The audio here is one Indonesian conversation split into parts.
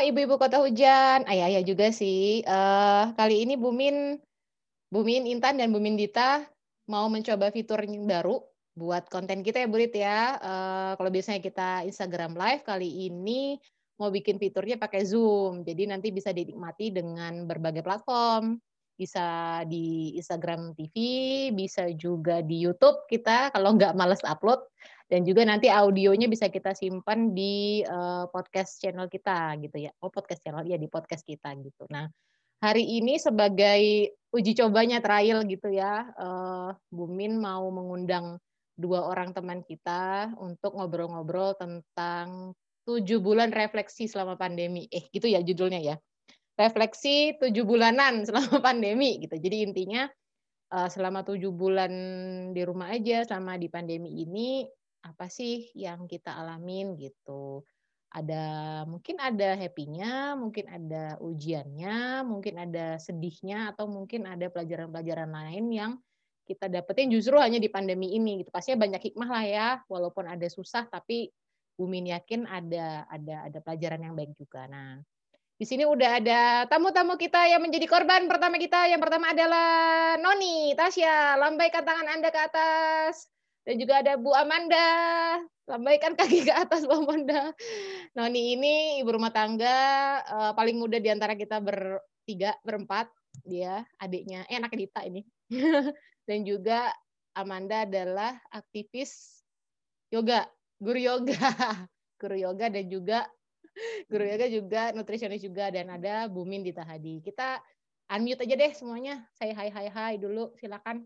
ibu-ibu kota hujan, ayah-ayah juga sih. Kali ini Bumin, Intan, dan Bumin Dita mau mencoba fitur yang baru buat konten kita ya, Bu Rit ya. Kalau biasanya kita Instagram Live, kali ini mau bikin fiturnya pakai Zoom. Jadi nanti bisa dinikmati dengan berbagai platform. Bisa di Instagram TV, bisa juga di YouTube kita kalau nggak males upload. Dan juga nanti audionya bisa kita simpan di podcast channel kita gitu ya. Oh, podcast channel ya, di podcast kita gitu. Nah, hari ini sebagai uji cobanya trial gitu ya, Bumin mau mengundang 2 orang teman kita untuk ngobrol-ngobrol tentang 7 bulan refleksi selama pandemi. Gitu ya judulnya ya. Refleksi 7 bulanan selama pandemi gitu. Jadi intinya selama 7 bulan di rumah aja selama di pandemi ini, apa sih yang kita alamin gitu. Mungkin ada happy-nya, mungkin ada ujiannya, mungkin ada sedihnya, atau mungkin ada pelajaran-pelajaran lain yang kita dapetin justru hanya di pandemi ini gitu. Pastinya banyak hikmah lah ya, walaupun ada susah tapi Bumin yakin ada pelajaran yang baik juga. Nah, di sini udah ada tamu-tamu kita yang menjadi korban pertama kita. Yang pertama adalah Noni, Tasya, lambaikan tangan Anda ke atas. Dan juga ada Bu Amanda, lambaikan kaki ke atas Bu Amanda. Noni ini ibu rumah tangga, paling muda di antara kita berempat. Dia adiknya, anak Dita ini. Dan juga Amanda adalah aktivis yoga, guru yoga. Guru yoga dan juga guru yoga juga, nutrisionis juga, dan ada Bumin Dita Hadi. Kita unmute aja deh semuanya. Saya hai dulu, silakan.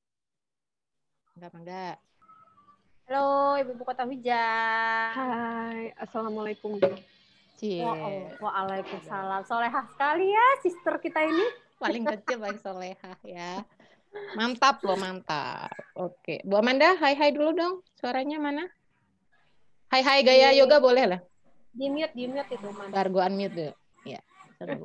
Enggak. Halo, Ibu Kota Hujan. Hai, Assalamualaikum. Waalaikumsalam. Solehah sekali ya sister kita ini. Paling kecil paling solehah ya. Mantap loh, mantap. Oke, Bu Amanda, hai dulu dong. Suaranya mana? Hai gaya yoga boleh lah. Di mute itu, Man. Ntar gue unmute dulu. Ya, dulu.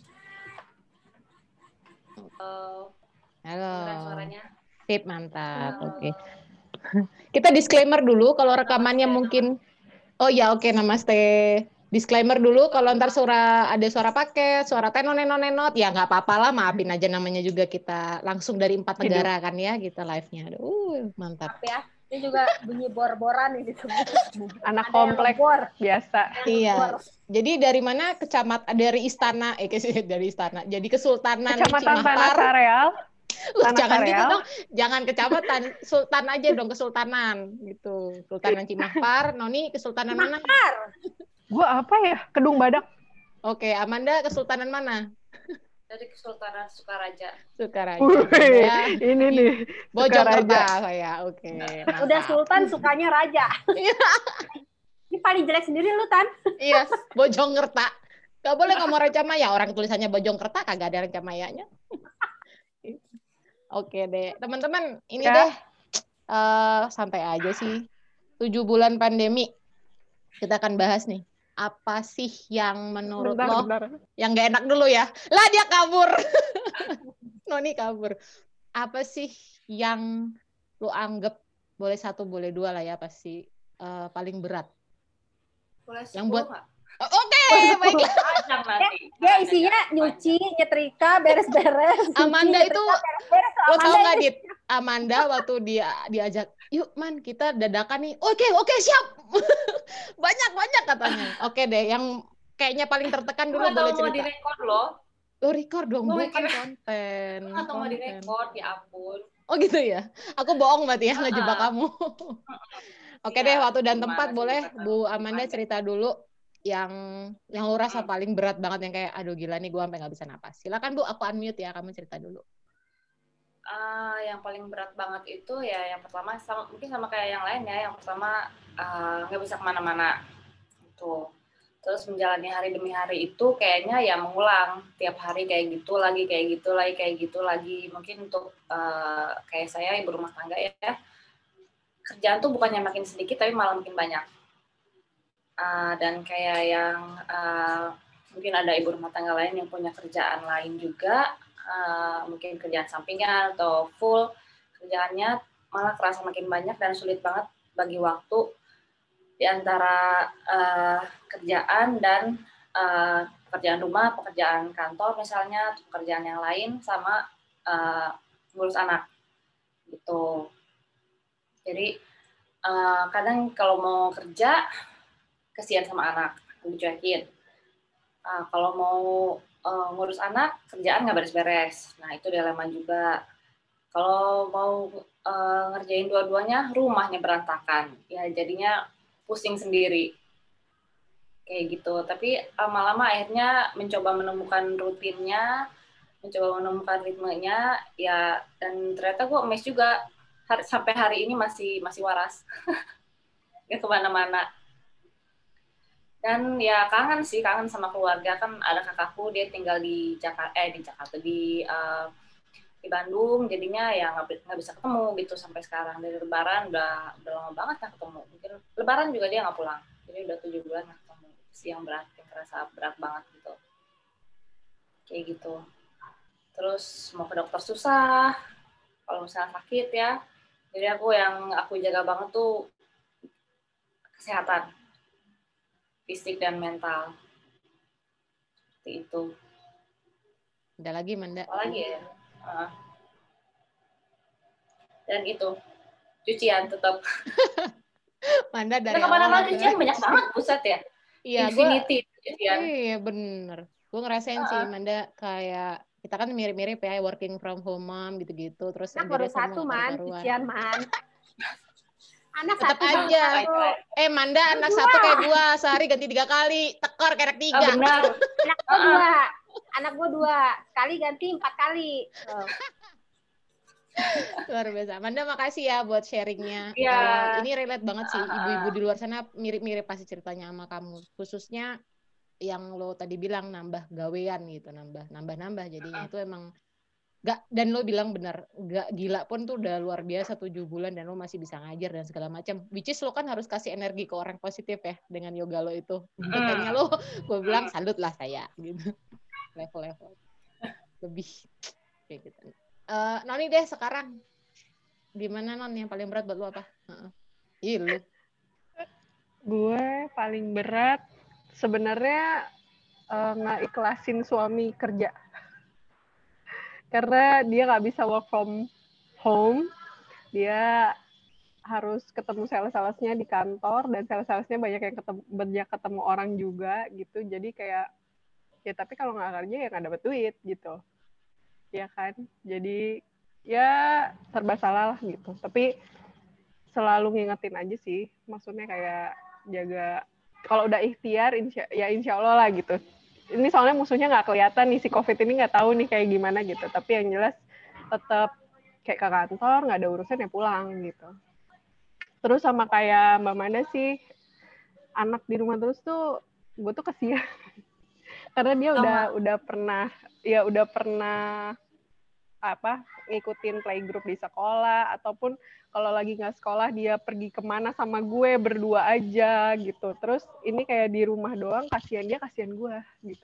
Halo. Suaranya. Sip, mantap. Oke. Kita disclaimer dulu kalau rekamannya mungkin. Oh ya, oke, namaste. Disclaimer dulu kalau ntar ada suara paket, suara tenot, ya nggak apa-apa lah, maafin aja, namanya juga kita langsung dari 4 negara kan ya, kita live-nya. Mantap. Maaf ya. Ini juga bunyi bor-boran ini. Anak kompleks biasa. Iya. Jadi dari mana dari istana, dari istana. Jadi Kesultanan Kecamatan Tanah Cimahpar. Sareal. Jangan gitu dong, jangan kecamatan, sultan aja dong, kesultanan gitu. Sultanan Cimahpar, Noni kesultanan mana? Gua apa ya? Kedung Badak. Oke, Amanda kesultanan mana? Dari Kesultanan Sukaraja. Ya. Ini nih. Bojongkerta saya. Oke. Udah sultan sukanya raja. Ini paling jelek sendiri lu, Tan. Iya, Bojongkerta. Gak boleh ngomong Raja Maya, orang tulisannya Bojongkerta kagak ada Raja Mayanya. Oke deh, teman-teman, ini deh santai aja sih. 7 bulan pandemi. Kita akan bahas nih. Apa sih yang menurut lo yang gak enak dulu ya? Lah dia kabur. Noni kabur. Apa sih yang lo anggap, boleh 1 boleh 2 lah ya, pasti paling berat? Boleh 10 yang buat nggak? Oke, baiklah. Dia isinya nyuci, nyetrika, beres-beres. Amanda itu, lo tau nggak, Dit? Amanda waktu dia diajak, yuk Man, kita dadakan nih. Oke, siap. Banyak katanya. Oke deh, yang kayaknya paling tertekan dulu boleh cerita. Mau direkord loh. Lo record dong, bukan konten. Atau mau direkord, ya ampun. Oh gitu ya? Aku bohong berarti ya, ngejebak kamu. Oke deh, waktu dan tempat boleh Bu Amanda cerita dulu yang lo rasa paling berat banget, yang kayak aduh gila nih gue sampai nggak bisa napas. Silakan Bu, aku unmute ya, kamu cerita dulu. Yang paling berat banget itu ya yang pertama mungkin sama kayak yang lain ya. Yang pertama nggak bisa kemana-mana tuh. Terus menjalani hari demi hari itu kayaknya ya mengulang tiap hari kayak gitu lagi, kayak gitu lagi. Mungkin untuk kayak saya ibu rumah tangga ya, kerjaan tuh bukannya makin sedikit tapi malah makin banyak. Dan kayak yang mungkin ada ibu rumah tangga lain yang punya kerjaan lain juga, mungkin kerjaan sampingan atau full kerjaannya, malah kerasa makin banyak dan sulit banget bagi waktu di antara kerjaan dan pekerjaan rumah, pekerjaan kantor misalnya, pekerjaan yang lain, sama ngurus anak gitu. Jadi kadang kalau mau kerja kesian sama anak, dicuekin. Kalau mau ngurus anak, kerjaan nggak beres-beres. Nah itu dilema juga. Kalau mau ngerjain dua-duanya, rumahnya berantakan. Ya jadinya pusing sendiri. Kayak gitu. Tapi lama-lama akhirnya mencoba menemukan rutinnya, mencoba menemukan ritmenya, ya dan ternyata gue amazed juga sampai hari ini masih waras. Nggak kemana-mana. Dan ya kangen sama keluarga, kan ada kakakku, dia tinggal di Jakarta, di Bandung, jadinya ya nggak bisa ketemu gitu sampai sekarang. Dari Lebaran udah lama banget nggak ketemu. Mungkin Lebaran juga dia nggak pulang, jadi udah 7 bulan nggak ketemu. Itu yang berat, yang kerasa berat banget gitu. Kayak gitu. Terus mau ke dokter susah, kalau misalnya sakit ya. Jadi yang aku jaga banget tuh kesehatan fisik dan mental. Seperti itu. Ada lagi, Manda? Apa lagi ya? Dan itu cucian tetap. Manda dari kemana-mana cucian banyak banget, pusat ya. Iya, Infinity cucian. Iya bener. Gue ngerasain sih, Manda kayak kita kan mirip-mirip ya, working from home mom gitu-gitu. Terus baru satu man, cucian man. Anak tetap satu aja. Manda anak satu kayak gua, sehari ganti 3 kali, tekor kayak 3. Benar. Anak gua 2, sekali ganti 4 kali. Luar biasa. Manda makasih ya buat sharingnya. Yeah. Ini relate banget sih, ibu-ibu di luar sana mirip-mirip pasti ceritanya sama kamu. Khususnya yang lo tadi bilang nambah gawean gitu, nambah jadinya itu emang dan lo bilang benar, gak gila pun tuh udah luar biasa 7 bulan dan lo masih bisa ngajar dan segala macam. Which is lo kan harus kasih energi ke orang positif ya dengan yoga lo itu. Kayaknya lo, gue bilang salut lah saya gitu. Level lebih kayak gitu. Noni deh sekarang, gimana Non yang paling berat buat lo apa? Lu. Gue paling berat sebenarnya ngeikhlasin suami kerja. Karena dia nggak bisa work from home, dia harus ketemu sales-salesnya di kantor, dan sales-salesnya banyak yang ketemu orang juga gitu. Jadi kayak, ya tapi kalau nggak kerja ya nggak dapet duit gitu. Ya kan? Jadi ya serba salah lah gitu. Tapi selalu ngingetin aja sih. Maksudnya kayak jaga, kalau udah ikhtiar, insya Allah lah gitu. Ini soalnya musuhnya nggak kelihatan nih, si COVID ini nggak tahu nih kayak gimana gitu. Tapi yang jelas tetap kayak ke kantor, nggak ada urusan ya pulang gitu. Terus sama kayak Mbak Manda sih, anak di rumah terus tuh gue tuh kasihan. Karena dia udah pernah ngikutin playgroup di sekolah, ataupun kalau lagi nggak sekolah dia pergi kemana sama gue berdua aja gitu. Terus ini kayak di rumah doang, kasihan gue gitu.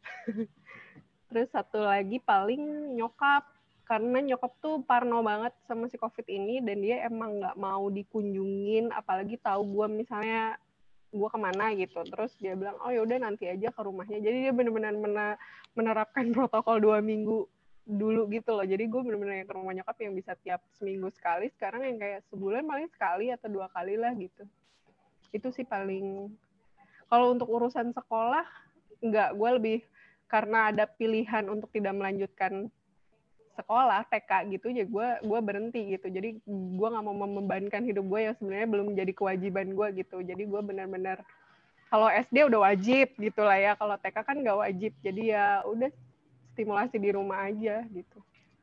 Terus satu lagi paling nyokap, karena nyokap tuh parno banget sama si COVID ini, dan dia emang nggak mau dikunjungin, apalagi tahu gue misalnya gue kemana gitu. Terus dia bilang, oh yaudah nanti aja ke rumahnya. Jadi dia benar-benar menerapkan protokol 2 minggu dulu gitu loh. Jadi gue benar-benar yang ke rumah nyokap yang bisa tiap seminggu sekali, sekarang yang kayak sebulan paling sekali atau 2 kali lah gitu. Itu sih paling. Kalau untuk urusan sekolah, enggak, gue lebih karena ada pilihan untuk tidak melanjutkan sekolah TK gitu, ya gue berhenti gitu. Jadi gue nggak mau membebankan hidup gue yang sebenarnya belum menjadi kewajiban gue gitu. Jadi gue benar-benar, kalau SD udah wajib gitu lah ya, kalau TK kan nggak wajib. Jadi ya udah stimulasi di rumah aja gitu.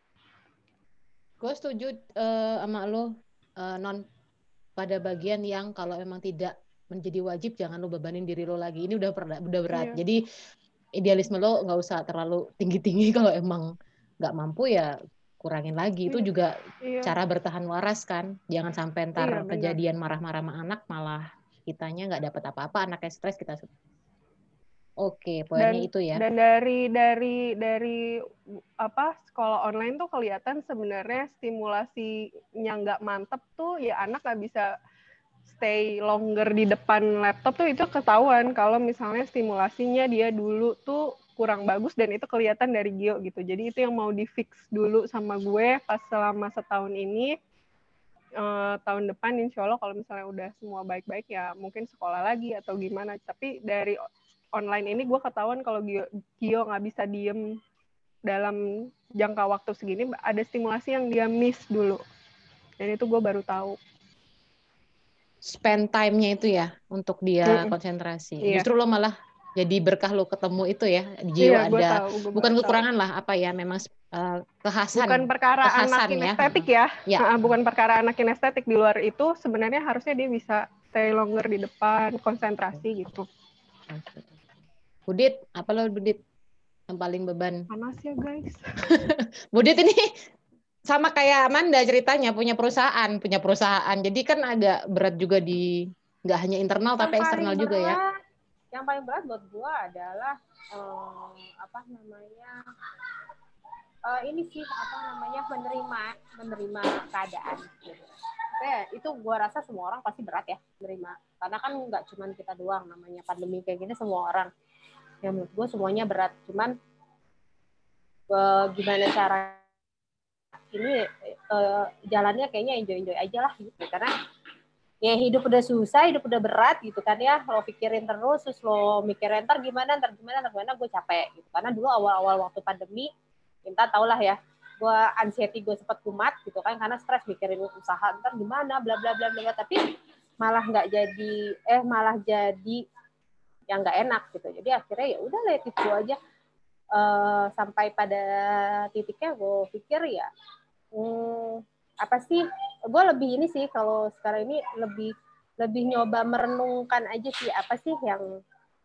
Gue setuju sama lo, Non, pada bagian yang kalau emang tidak menjadi wajib jangan lo bebanin diri lo lagi. Ini udah berat. Yeah. Jadi idealisme lo nggak usah terlalu tinggi-tinggi. Kalau emang nggak mampu ya kurangin lagi. Itu juga cara bertahan waras kan. Jangan sampai ntar kejadian marah-marah sama anak malah kitanya nggak dapat apa-apa, anaknya stres, kita. Oke, poinnya itu ya. Dan dari sekolah online tuh kelihatan sebenarnya stimulasinya nggak mantep tuh ya, anak nggak bisa stay longer di depan laptop tuh itu ketahuan kalau misalnya stimulasinya dia dulu tuh kurang bagus dan itu kelihatan dari Gio gitu. Jadi itu yang mau di-fix dulu sama gue pas selama setahun ini. Tahun depan insya Allah kalau misalnya udah semua baik-baik ya mungkin sekolah lagi atau gimana. Tapi dari online ini gue ketahuan kalau Gio nggak bisa diem dalam jangka waktu segini, ada stimulasi yang dia miss dulu. Dan itu gue baru tahu. Spend time-nya itu ya untuk dia konsentrasi. Iya. Justru lo malah jadi berkah lo ketemu itu ya. Gio Iya, ada gue bukan baru kekurangan tahu. lah apa ya, memang kekhasan. Bukan perkara anak ya. kinestetik ya. Bukan perkara anak kinestetik, di luar itu sebenarnya harusnya dia bisa stay longer di depan, konsentrasi gitu. Budit, apa lo Budit yang paling beban? Panas ya guys. Budit ini sama kayak Amanda ceritanya punya perusahaan. Jadi kan agak berat juga di nggak hanya internal tapi eksternal juga ya. Yang paling berat buat gua adalah ini sih menerima keadaan. Itu gua rasa semua orang pasti berat ya menerima. Karena kan nggak cuma kita doang, namanya pandemi kayak gini semua orang. Yang menurut gua semuanya berat. Cuman gimana cara ini jalannya kayaknya enjoy aja lah gitu, karena ya hidup udah susah, hidup udah berat gitu kan ya, lo pikirin terus lo mikirin ntar gimana gue capek gitu. Karena dulu awal waktu pandemi kita tau lah ya, gue anxiety gue sempat kumat gitu kan, karena stres mikirin usaha ntar gimana bla bla bla bla, tapi malah jadi yang nggak enak gitu. Jadi akhirnya ya udah let it go aja. Sampai pada titiknya gue pikir ya apa sih, gue lebih ini sih kalau sekarang ini lebih nyoba merenungkan aja sih apa sih yang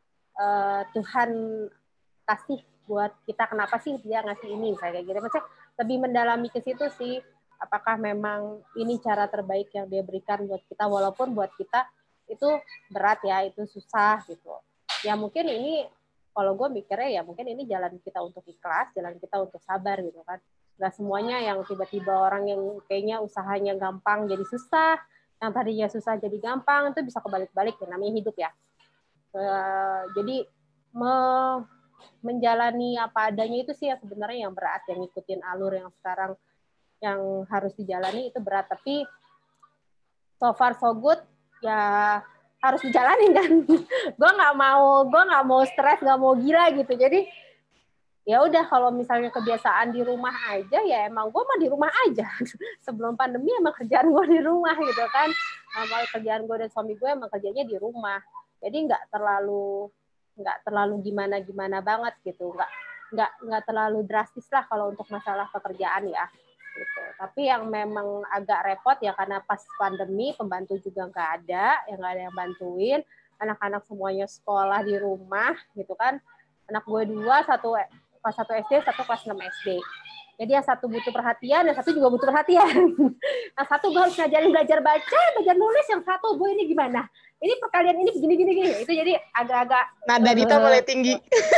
Tuhan kasih buat kita, kenapa sih dia ngasih ini kayak gitu. Maksudnya lebih mendalami ke situ sih, apakah memang ini cara terbaik yang dia berikan buat kita, walaupun buat kita itu berat ya, itu susah gitu ya. Mungkin ini kalau gue mikirnya ya mungkin ini jalan kita untuk ikhlas, jalan kita untuk sabar gitu kan. Gak semuanya yang tiba-tiba orang yang kayaknya usahanya gampang jadi susah, yang tadinya susah jadi gampang, itu bisa kebalik-balik ya, namanya hidup ya. Jadi menjalani apa adanya itu sih yang sebenarnya yang berat, yang ngikutin alur yang sekarang yang harus dijalani itu berat. Tapi so far so good ya, harus dijalanin kan. gue nggak mau stres, nggak mau gila gitu. Jadi ya udah, kalau misalnya kebiasaan di rumah aja ya emang gue mah di rumah aja. Sebelum pandemi emang kerjaan gue di rumah gitu kan. Kerjaan gue dan suami gue emang kerjanya di rumah. Jadi nggak terlalu gimana banget gitu. Nggak terlalu drastis lah kalau untuk masalah pekerjaan ya. Gitu. Tapi yang memang agak repot ya karena pas pandemi pembantu juga nggak ada yang bantuin, anak-anak semuanya sekolah di rumah gitu kan. Anak gue 2, satu kelas 1 SD, satu kelas 6 SD. Jadi yang satu butuh perhatian, yang satu juga butuh perhatian. Yang satu gue harus ngajarin belajar baca, belajar nulis, yang satu gue ini gimana? Ini perkalian ini begini. Itu jadi agak-agak nada Dita mulai tinggi.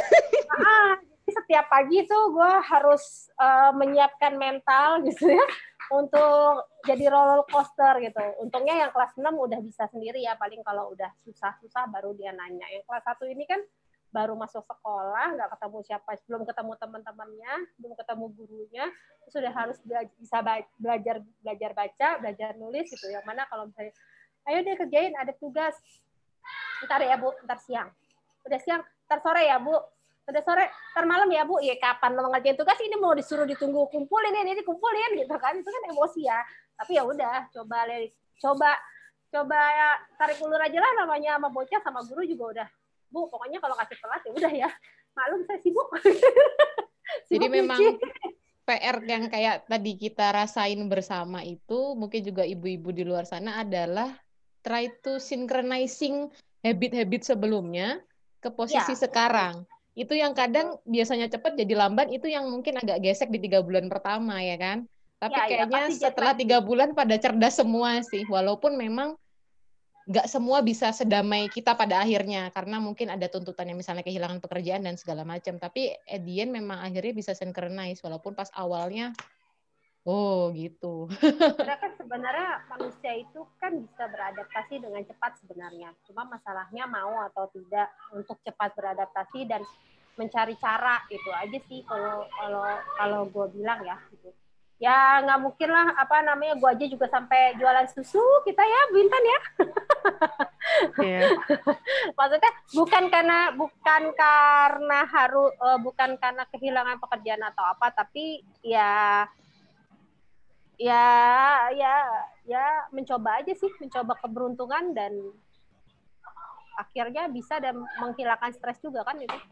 Setiap pagi tuh gue harus menyiapkan mental gitu ya untuk jadi roller coaster gitu. Untungnya yang kelas 6 udah bisa sendiri ya, paling kalau udah susah baru dia nanya. Yang kelas 1 ini kan baru masuk sekolah, nggak ketemu siapa, belum ketemu teman-temannya, belum ketemu gurunya, sudah harus bisa belajar baca, belajar nulis gitu. Yang mana kalau misalnya, ayo deh kerjain, ada tugas, ntar ya Bu, ntar siang. Udah siang, ntar sore ya Bu. Udah sore, ntar malam ya Bu. Iya, kapan lo ngerjain tugas ini mau disuruh ditunggu kumpulin ini kumpulin gitu kan. Itu kan emosi ya. Tapi ya udah, coba ya, tarik ulur aja lah, namanya sama bocah sama guru juga udah. Bu, pokoknya kalau kasih kelas ya udah ya. Maklum saya sibuk. Jadi memang PR yang kayak tadi kita rasain bersama itu, mungkin juga ibu-ibu di luar sana adalah try to synchronizing habit-habit sebelumnya ke posisi sekarang. Itu yang kadang biasanya cepat jadi lamban, itu yang mungkin agak gesek di 3 bulan pertama ya kan. Tapi kayaknya setelah 3 bulan pada cerdas semua sih, walaupun memang nggak semua bisa sedamai kita pada akhirnya, karena mungkin ada tuntutan yang misalnya kehilangan pekerjaan dan segala macam. Tapi at the end memang akhirnya bisa synchronize, walaupun pas awalnya Oh, gitu. Karena kan sebenarnya manusia itu kan bisa beradaptasi dengan cepat sebenarnya. Cuma masalahnya mau atau tidak untuk cepat beradaptasi dan mencari cara, itu aja sih kalau gue bilang ya gitu. Ya nggak mungkin lah, apa namanya, gue aja juga sampai jualan susu kita ya, Bu Intan ya. Iya. Maksudnya bukan karena kehilangan pekerjaan atau apa, tapi ya mencoba aja sih, mencoba keberuntungan dan akhirnya bisa dan menghilangkan stres juga kan itu.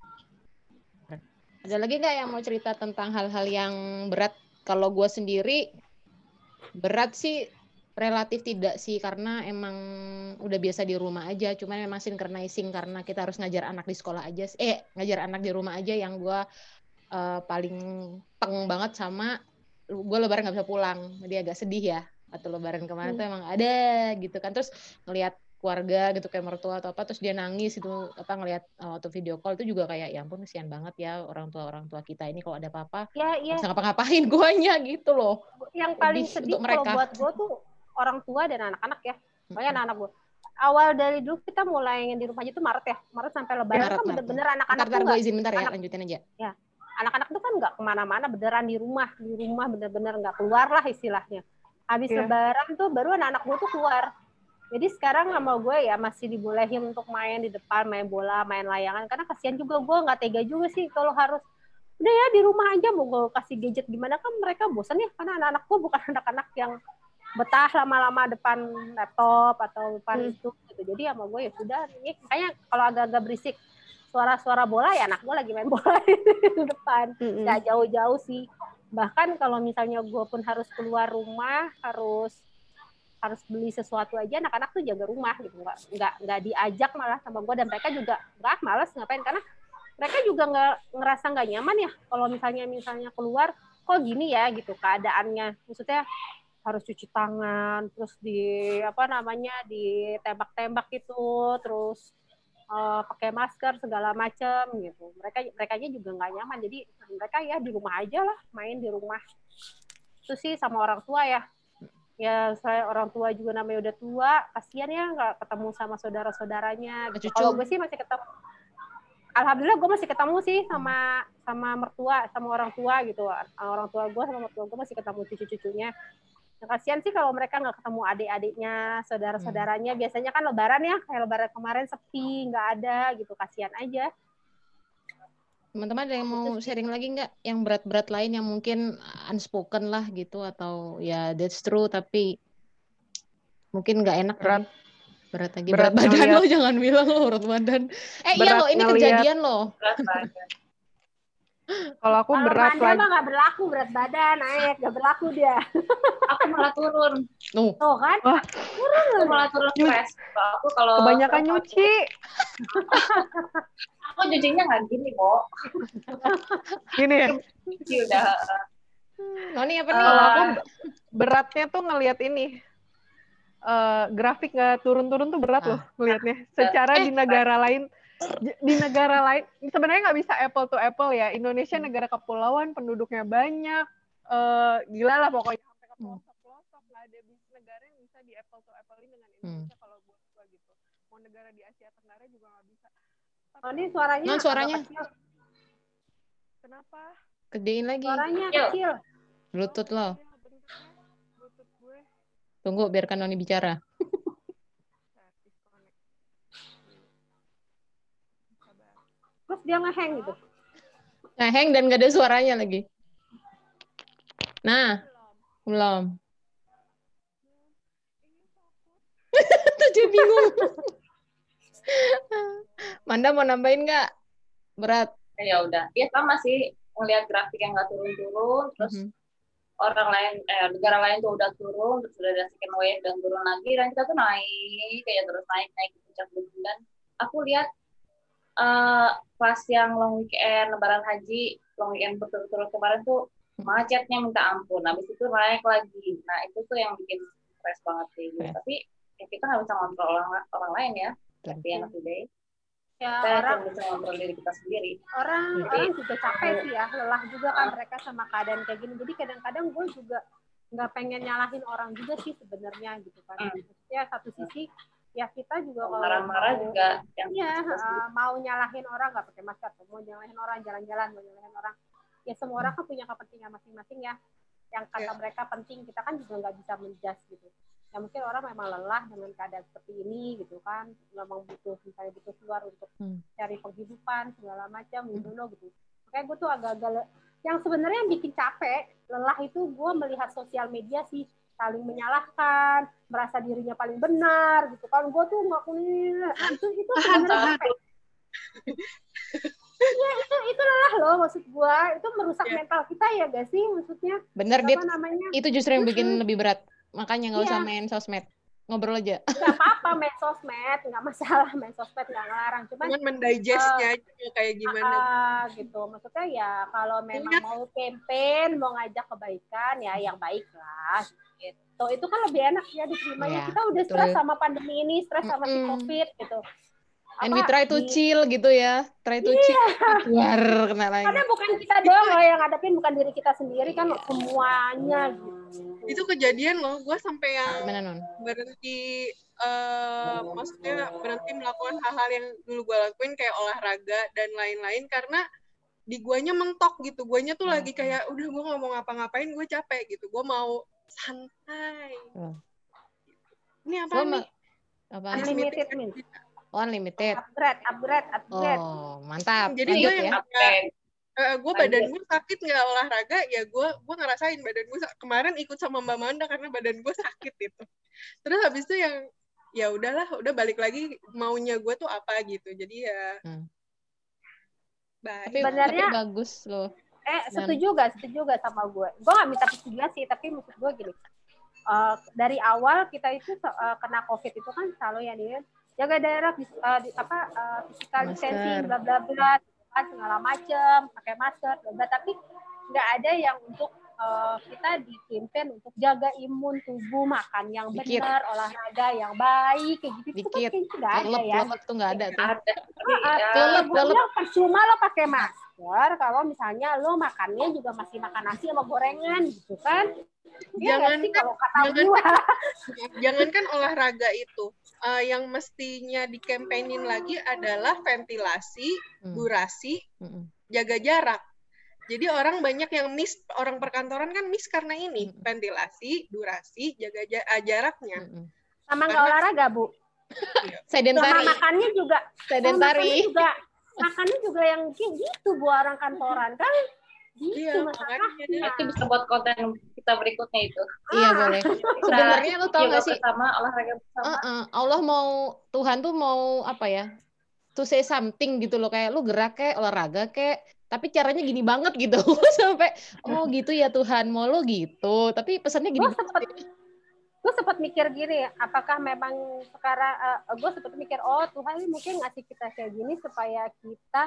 Ada lagi nggak yang mau cerita tentang hal-hal yang berat? Kalau gue sendiri berat sih relatif tidak sih, karena emang udah biasa di rumah aja. Cuman memang synchronizing karena kita harus ngajar anak di sekolah aja. Ngajar anak di rumah aja yang gue paling peng banget sama gue lebaran nggak bisa pulang. Jadi agak sedih ya. Atau lebaran kemarin tuh emang ada gitu kan. Terus ngelihat keluarga gitu kayak mertua atau apa, terus dia nangis itu apa ngelihat waktu video call itu juga kayak ya ampun kesian banget ya orang tua kita ini kalau ada apa-apa Ya, nggak bisa ngapa-ngapain guanya gitu loh. Yang paling Lebih sedih untuk kalau mereka. buat gue tuh orang tua dan anak-anak ya. Makanya anak-anak gue. Awal dari dulu kita mulai yang di rumah aja tuh Maret ya. Maret sampai lebaran kan bener-bener anak-anak tuh gue izin bentar ya, lanjutin aja. Ya, anak-anak tuh kan nggak kemana-mana, beneran di rumah bener-bener nggak keluar lah istilahnya. Habis lebaran tuh baru anak-anak gue tuh keluar. Jadi sekarang sama gue ya masih dibolehin untuk main di depan, main bola, main layangan. Karena kasihan juga, gue nggak tega juga sih kalau harus udah ya di rumah aja, mau gue kasih gadget gimana kan mereka bosan ya. Karena anak-anak gue bukan anak-anak yang betah lama-lama depan laptop atau depan itu gitu. Jadi sama gue ya sudah, ini makanya kalau agak-agak berisik suara-suara bola ya anak gue lagi main bola di depan. Nggak jauh-jauh sih. Bahkan kalau misalnya gue pun harus keluar rumah, harus beli sesuatu aja, anak-anak tuh jaga rumah gitu, nggak diajak malah sama gue, dan mereka juga nggak malas ngapain, karena mereka juga ngerasa nggak nyaman ya kalau misalnya keluar kok gini ya gitu keadaannya, maksudnya harus cuci tangan, terus ditembak-tembak gitu, terus pakai masker segala macam gitu, merekanya juga nggak nyaman, jadi mereka ya di rumah aja lah, main di rumah. Itu sih sama orang tua ya. Ya saya orang tua juga namanya udah tua, kasihan ya nggak ketemu sama saudara-saudaranya. Gitu. Kalau gue sih masih ketemu, alhamdulillah gue masih ketemu sih sama mertua, sama orang tua gitu. Orang tua gue sama mertua gue masih ketemu cucu-cucunya. Yang kasihan sih kalau mereka nggak ketemu adik-adiknya, saudara-saudaranya. Biasanya kan lebaran ya, kayak lebaran kemarin sepi, nggak ada gitu, kasihan aja. Teman-teman ada yang mau sharing lagi nggak yang berat-berat lain yang mungkin unspoken lah gitu, atau ya that's true tapi mungkin nggak enak berat lagi, berat badan lo, jangan bilang lo berat badan. Iya lo, ini kejadian lo. Berat badan. Kalau aku berat lagi. Kalau mah nggak berlaku berat badan, naik nggak berlaku dia. Aku malah turun. Tuh kan? Aku malah turun stres. Aku kalau kebanyakan nyuci. Aku nyucinya nggak gini, Bo. Gini ya? Nyuci udah. Noni apa nih? Kalau aku beratnya tuh ngelihat ini. Grafik nggak turun-turun tuh berat loh ngelihatnya. Secara di negara lain sebenarnya nggak bisa apple to apple ya. Indonesia negara kepulauan, penduduknya banyak, gila lah pokoknya sampai ke pelosok lah, ada negara yang bisa di apple to apple dengan Indonesia kalau buat gua gitu. Mau negara di Asia Tenggara juga nggak bisa. Ini suaranya kecil. Kenapa? Gedein lagi. Suaranya kecil. Bluetooth lo. Tunggu biarkan Noni bicara. Terus dia ngehang gitu. Ngehang dan nggak ada suaranya lagi. Nah, belum. Tuh dia bingung. Manda mau nambahin nggak? Berat. Ya udah. Ya sama sih, ngelihat grafik yang nggak turun-turun, terus orang lain, negara lain tuh udah turun, terus udah ada second wave dan turun lagi, dan kita tuh naik, kayak terus naik ke puncak gunung. Dan aku lihat pas yang long weekend, lebaran haji, long weekend berturut-turut kemarin tuh macetnya minta ampun, habis itu naik lagi. Nah itu tuh yang bikin stres banget sih. Gitu. Tapi ya kita nggak bisa ngontrol orang lain ya, at the end of the day. Ya, kita orang cuma bisa ngontrol diri kita sendiri. orang juga capek sih ya, lelah juga kan mereka sama keadaan kayak gini. Jadi kadang-kadang gue juga nggak pengen nyalahin orang juga sih sebenarnya gitu kan. Ya satu sisi ya kita juga kalau Marah-marah mau, juga yang iya, mau nyalahin orang nggak pakai masker, mau nyalahin orang jalan-jalan, mau nyalahin orang, ya semua orang kan punya kepentingan masing-masing ya. Yang kata mereka penting, kita kan juga nggak bisa menjudge gitu. Ya mungkin orang memang lelah dengan keadaan seperti ini gitu kan, memang butuh misalnya butuh keluar untuk cari penghidupan segala macam gitu loh gitu. Makanya gue tuh agak-agak yang sebenarnya yang bikin capek, lelah itu gue melihat sosial media sih, saling menyalahkan, merasa dirinya paling benar gitu kan. Gue tuh ngakuin itu sebenarnya capek. Iya itu lelah loh maksud gue, itu merusak mental kita ya gak sih maksudnya? Bener Dit, namanya? itu justru yang bikin lebih berat. Makanya nggak usah main sosmed, ngobrol aja. Nggak apa-apa main sosmed, nggak masalah main sosmed, nggak ngelarang. Cuman mendigestnya aja kayak gimana. Gitu. Maksudnya ya kalau memang mau campaign, mau ngajak kebaikan, ya yang baik lah. Gitu. Itu kan lebih enak ya diterimanya. Kita udah stres sama pandemi ini, stres sama si COVID gitu. And we try to chill gitu ya. Try to chill. Keluar kena lagi. Karena bukan kita doang loh yang ngadepin, bukan diri kita sendiri kan, semuanya gitu. Itu kejadian loh, gue sampai yang Gimana, Non? berhenti maksudnya berhenti melakukan hal-hal yang dulu gue lakuin kayak olahraga dan lain-lain karena di guanya mentok gitu. Guanya tuh lagi kayak udah gue nggak mau ngapa-ngapain, gue capek gitu. Gue mau santai. Ini apa nih? Apa? Unlimited means. Unlimited. Upgrade. Oh, mantap. Jadi lanjut gue ya. Gue badan gue sakit nggak olahraga, ya gue ngerasain badan gue kemarin ikut sama Mbak Manda karena badan gue sakit gitu. Terus habis itu yang ya udahlah, udah balik lagi maunya gue tuh apa gitu. Jadi ya tapi bagus loh. Setuju gak sama gue? Gue gak minta persetujuan sih, tapi maksud gue gini, dari awal kita itu kena COVID itu kan selalu ya nih, jaga daerah, physical distancing, bla bla bla, segala macem, pakai masker, bla bla, tapi nggak ada yang untuk kita di-campaign untuk jaga imun tubuh, makan yang benar, olahraga yang baik, kayak gitu. Dikit. Itu nggak ada ya. Tuh nggak ada tuh. Kelep. Percuma lo pakai masker kalau misalnya lo makannya juga masih makan nasi sama gorengan gitu kan. Jangankan olahraga itu, yang mestinya dikampanye lagi adalah ventilasi, durasi, jaga jarak. Jadi orang banyak yang miss, orang perkantoran kan miss karena ini, ventilasi, durasi, jaga jaraknya. Sama nggak olahraga, Bu? Sedentari. Sama makannya juga. Sedentari. Makannya juga yang gitu Bu, orang kantoran kan. Gitu masalahnya. Itu bisa buat konten kita berikutnya itu. Iya boleh. Sebenarnya lu tau nggak sih? Bersama, olahraga bersama. Allah Tuhan tuh mau apa ya? To say something gitu loh, kayak lu gerak kayak olahraga kayak, tapi caranya gini banget gitu. Sampai gitu ya Tuhan mau lo gitu, tapi pesannya gini. Gue sempat mikir gini, apakah memang sekarang gue sempat mikir Tuhan mungkin ngasih kita kayak gini supaya kita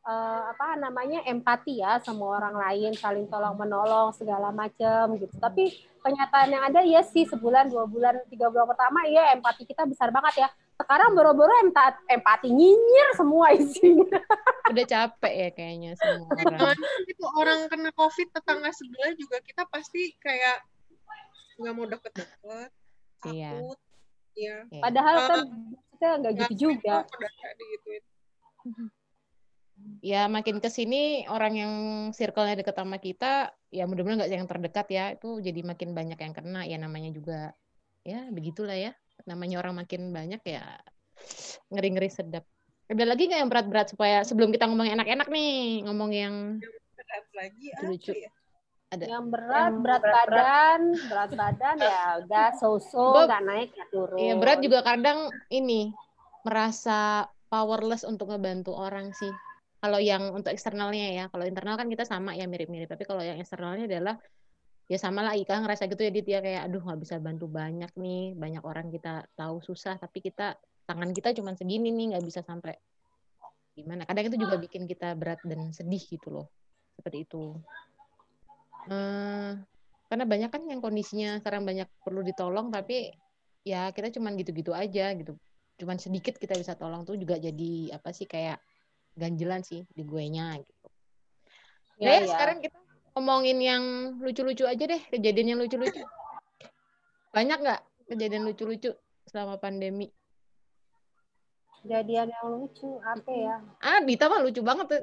empati ya sama orang lain, saling tolong menolong segala macam gitu. Tapi kenyataan yang ada ya sih, sebulan, 2 bulan, 3 bulan pertama ya empati kita besar banget ya. Sekarang boro-boro empati nyinyir semua isinya. Udah capek ya kayaknya semua orang. Itu orang kena COVID tetangga sebelah juga kita pasti kayak nggak mau deket-deket, takut. Iya. Padahal kan kita nggak gitu juga. Ya makin kesini orang yang circle-nya deket sama kita, ya mudah-mudahan nggak yang terdekat ya, itu jadi makin banyak yang kena, ya namanya juga, ya begitulah ya, namanya orang makin banyak ya, ngeri-ngeri sedap. Ada lagi nggak yang berat-berat supaya sebelum kita ngomong enak-enak nih, ngomong yang berat lagi lucu. Ya? Ada. Yang berat badan ya udah so-so, nggak naik nggak turun. Iya, berat juga kadang ini merasa powerless untuk ngebantu orang sih. Kalau yang untuk eksternalnya ya, kalau internal kan kita sama ya mirip-mirip. Tapi kalau yang eksternalnya adalah ya sama lah Ika ngerasa gitu ya Dit ya, kayak aduh nggak bisa bantu banyak nih, banyak orang kita tahu susah tapi kita tangan kita cuma segini nih, nggak bisa sampai gimana. Kadang itu juga bikin kita berat dan sedih gitu loh, seperti itu. Karena banyak kan yang kondisinya sekarang banyak perlu ditolong tapi ya kita cuma gitu-gitu aja gitu. cuman sedikit kita bisa tolong tuh juga jadi apa sih kayak ganjelan sih di guenya gitu. Ya, Ya, sekarang kita ngomongin yang lucu-lucu aja deh, kejadian yang lucu-lucu. Banyak nggak kejadian lucu-lucu selama pandemi? Kejadian yang lucu apa ya? Dita mah lucu banget tuh.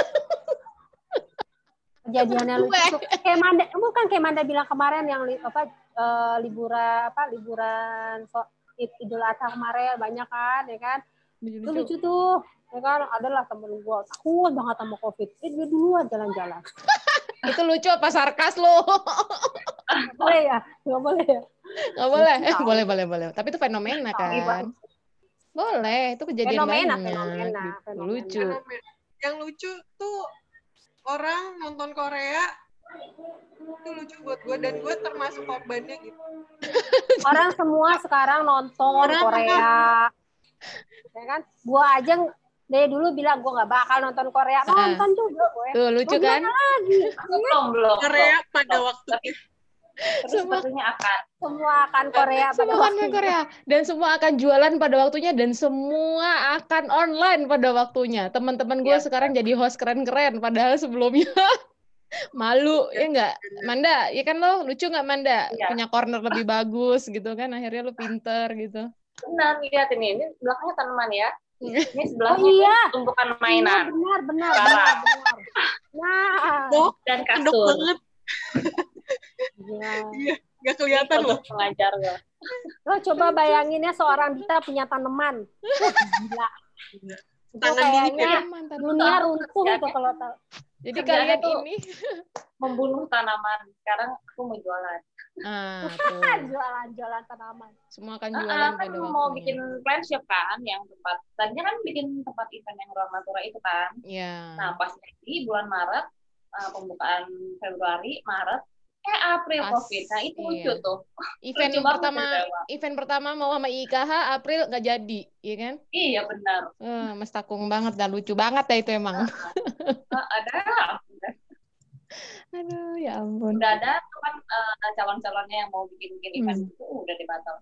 Kejadian yang lucu tuh kayak Manda, bukan kayak Manda bilang kemarin yang liburan Idul Adha kemarin banyak kan, ya kan? Itu lucu tuh, ya kan? Adalah temen gue takut banget sama COVID, dia duluan jalan-jalan. Itu lucu apa sarkas lo? Nggak boleh ya? Nggak boleh ya? Nggak boleh. Boleh. Tapi itu fenomena kan? Boleh, itu kejadian Fenomena. Gitu. Lucu. Yang lucu tuh orang nonton Korea itu lucu buat gue, dan gue termasuk korbannya gitu. Orang semua sekarang nonton Korea, ya kan? Gue aja dari dulu bilang gue nggak bakal nonton Korea, nonton juga gue. Tuh lucu kan? Lagi. Belum. Korea pada waktunya. Sepertinya Semua akan Korea pada semua akan Korea, dan semua akan jualan pada waktunya, dan semua akan online pada waktunya. Teman-teman gue sekarang jadi host keren-keren, padahal sebelumnya malu, ya nggak? Manda, ya kan lo lucu nggak Manda? Iya. Punya corner lebih bagus gitu kan, akhirnya lo pinter gitu. Benar, lihat ini belakangnya tanaman ya. Ini sebelahnya iya. tumpukan mainan. Benar. Nah, dan kasur. Banget. Iya, nggak kelihatan loh. Pengajar gue. Lo coba bayanginnya seorang Dita punya tanaman. Gila. Tangan kayaknya dunia runtuh itu kalau tahu. Jadi kalian ini membunuh tanaman. Sekarang aku mau jualan. Jualan tanaman. Semua akan jualan pada waktunya. Mau bikin plant shop kan, yang tempat. Tadinya kan bikin tempat event yang ruang natura itu kan. Iya. Nah pas di bulan Maret, pembukaan Februari, Maret, April COVID. Nah itu lucu tuh. Event pertama mau sama IKH April nggak jadi, iya kan? Iya benar. Mestakung banget dan lucu banget ya itu emang. Ada. Aduh, ya ampun. Udah ada kan calon-calonnya yang mau bikin event itu udah dibatal.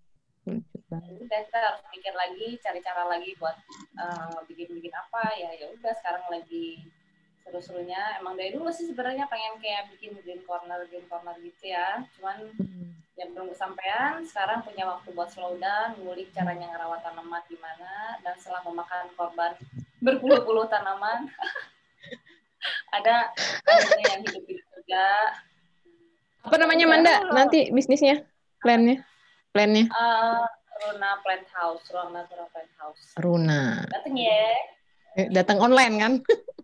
Jadi kita harus mikir lagi, cari cara lagi buat bikin apa ya. Ya udah sekarang lagi seru-serunya. Emang dari dulu sih sebenarnya pengen kayak bikin green corner gitu ya. Cuman ya belum kesampaian. Sekarang punya waktu buat slow down, ngulik caranya ngerawat tanaman gimana, dan setelah memakan korban berpuluh-puluh tanaman. ada yang hidup-hidup juga. Apa namanya Manda? Nanti bisnisnya, plannya. Runa Plant House, Ruang Natura Plant House. Runa. Datang ya. Datang online kan?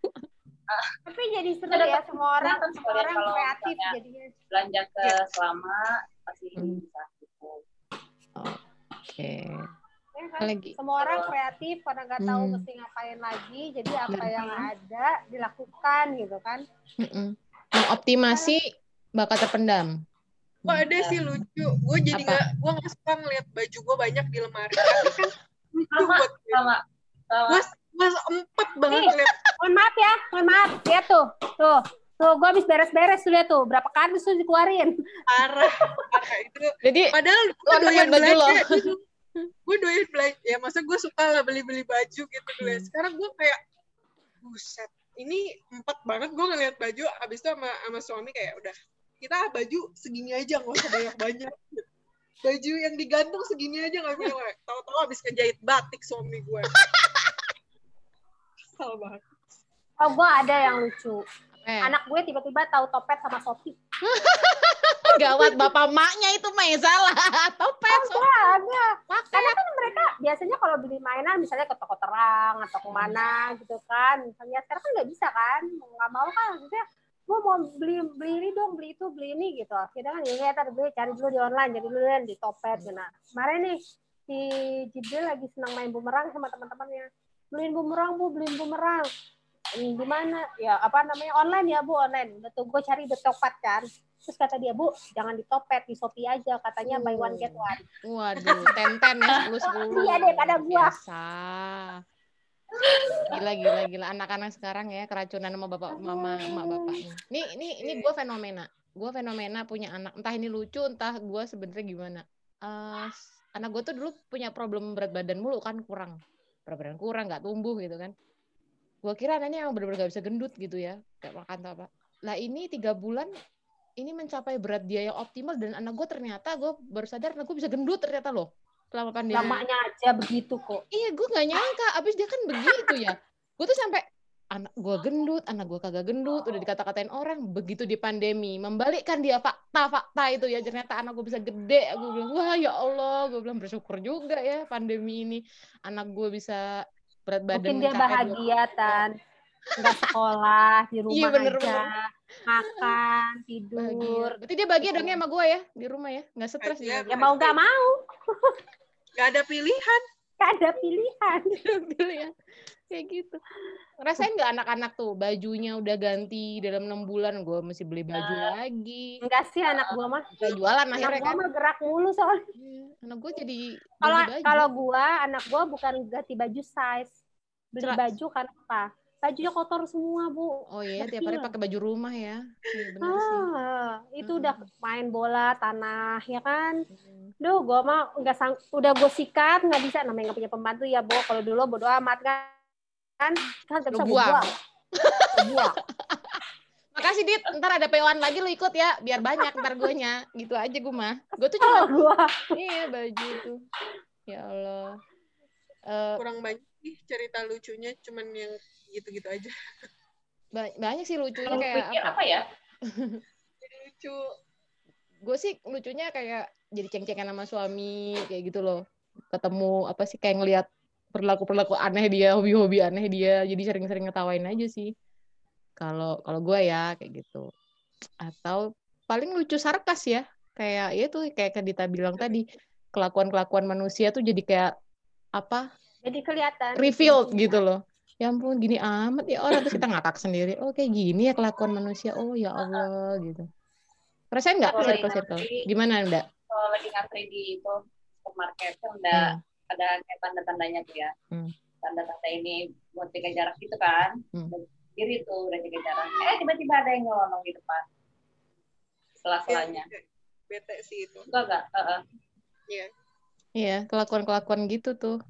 Tapi jadi seru ya, semua orang kreatif jadinya. Belanja ke Selama pasti bisa gitu. Oke. Ya kan? Semua orang kreatif karena nggak tahu mesti ngapain lagi, jadi apa yang ada dilakukan gitu kan. Mengoptimasi bakat terpendam. Ada sih lucu. Gue jadi nggak suka ngeliat baju gue banyak di lemari. Tapi kan lucu buat sama. Mas empet banget ngeliat. Mohon maaf. Lihat tuh. Gue habis beres-beres tuh, lihat tuh. Berapa kardus tuh dikeluarin. Parah itu. Jadi padahal gue doyan belanja. Gue doyan belanja. Ya masa gue suka lah beli-beli baju gitu dulu. Sekarang gue kayak buset. Ini empet banget gue ngeliat baju. Abis itu sama suami kayak udah. Kita baju segini aja, nggak usah banyak-banyak. Baju yang digantung segini aja nggak mewah. Tahu-tahu abis ngejahit batik suami gue. Kesal banget. Oh, gue ada yang lucu. Anak gue tiba-tiba tahu topet sama Shopee. Gawat, bapak maknya itu mah salah. Topet. Ada. Karena kan mereka biasanya kalau beli mainan misalnya ke toko terang atau kemana gitu kan. Misalnya sekarang kan nggak bisa kan. Nggak mau kan. Maksudnya gue mau beli ini dong, beli itu, beli ini gitu. Akhirnya kan ya tadi gue cari dulu di online, jadi dulu di topet. Nah, kemarin nih si Jibril lagi senang main bumerang sama teman-temannya. Beliin bumerang Bu, beliin bumerang. Di mana? Ya apa namanya? Online ya Bu, online. Udah tuh gue cari di Topet kan. Terus kata dia, Bu, jangan di Topet, di Shopee aja. Katanya buy one get one. Waduh, 10 ya, 10. Iya daripada gua. Biasa. Gila. Anak-anak sekarang ya keracunan sama emak bapaknya. Ini gue fenomena. Gue fenomena punya anak. Entah ini lucu, entah gue sebenarnya gimana. anak gue tuh dulu punya problem berat badan mulu kan, berat badan kurang, nggak tumbuh gitu kan. Gue kira anaknya yang benar-benar gak bisa gendut gitu ya, gak makan atau apa. Lah ini 3 bulan ini mencapai berat dia yang optimal, dan anak gue ternyata, gue baru sadar anak gue bisa gendut ternyata loh selama pandemi. Lamanya aja begitu kok. Iya, gue gak nyangka, abis dia kan begitu ya. Gue tuh sampai anak gue gendut, anak gue kagak gendut, udah dikata-katain orang. Begitu di pandemi, membalikkan dia fakta-fakta itu ya, ternyata anak gue bisa gede. Gue bilang, wah ya Allah, gue bilang bersyukur juga ya pandemi ini anak gue bisa berat badan Mungkin dia mencapai bahagia, Tan. Nggak sekolah, di rumah iya, bener. makan, Bahagia. tidur. Berarti dia bahagia dong ya sama gue ya, di rumah ya, nggak stres Bahagia, dia. Ya mau nggak mau, Nggak ada pilihan. nggak ada pilihan. Ya. Kayak gitu. Ngerasain nggak anak-anak tuh bajunya udah ganti dalam 6 bulan, gue mesti beli baju lagi. Enggak sih anak gua mah. Kayak jualan Anak akhirnya gua kan. mah gerak mulu soalnya. Anak gue jadi Kalau beli baju. kalau gua, anak gua bukan ganti baju size. Beli baju karena apa? Bajunya kotor semua, Bu. Oh iya, tiap Berkil. hari pakai baju rumah ya. Iya, bener sih. Itu udah main bola tanah ya kan. Duh, gua mah udah gue sikat, nggak bisa, namanya nggak punya pembantu ya, Bu. Kalau dulu bodo amat kan nggak bisa Lu buang. buang. Makasih Dit, ntar ada PO-an lagi lu ikut ya, biar banyak ntar guanya. Gitu aja gue mah. Gue tuh cuma iya baju itu. Ya Allah. Kurang banyak sih cerita lucunya, cuman yang gitu-gitu aja. Banyak sih lucunya Yang kayak pikir apa ya? Jadi lucu. Gue sih lucunya kayak jadi ceng-cengan sama suami kayak gitu loh. Ketemu apa sih kayak ngelihat perilaku aneh dia, hobi-hobi aneh dia, jadi sering-sering ngetawain aja sih. Kalau gue ya kayak gitu. Atau paling lucu sarkas ya, kayak ya tuh kayak Dita bilang tadi, kelakuan manusia tuh jadi kayak apa? Jadi kelihatan. Revealed gitu loh. Ya ampun, gini amat ya orang, terus kita ngakak sendiri. Oh kayak gini ya kelakuan manusia. Oh ya Allah gitu. Rasain nggak circle? Gimana Anda? Kalau lagi ngantri di itu supermarket kan udah ada kayak tanda-tandanya tuh ya. Tanda-tanda ini buat jaga jarak gitu kan. Diri tuh udah jaga jarak. Tiba-tiba ada yang nyelonong di depan. Setelah-selanya. Bete sih itu. Enggak. Iya. Iya, kelakuan gitu tuh.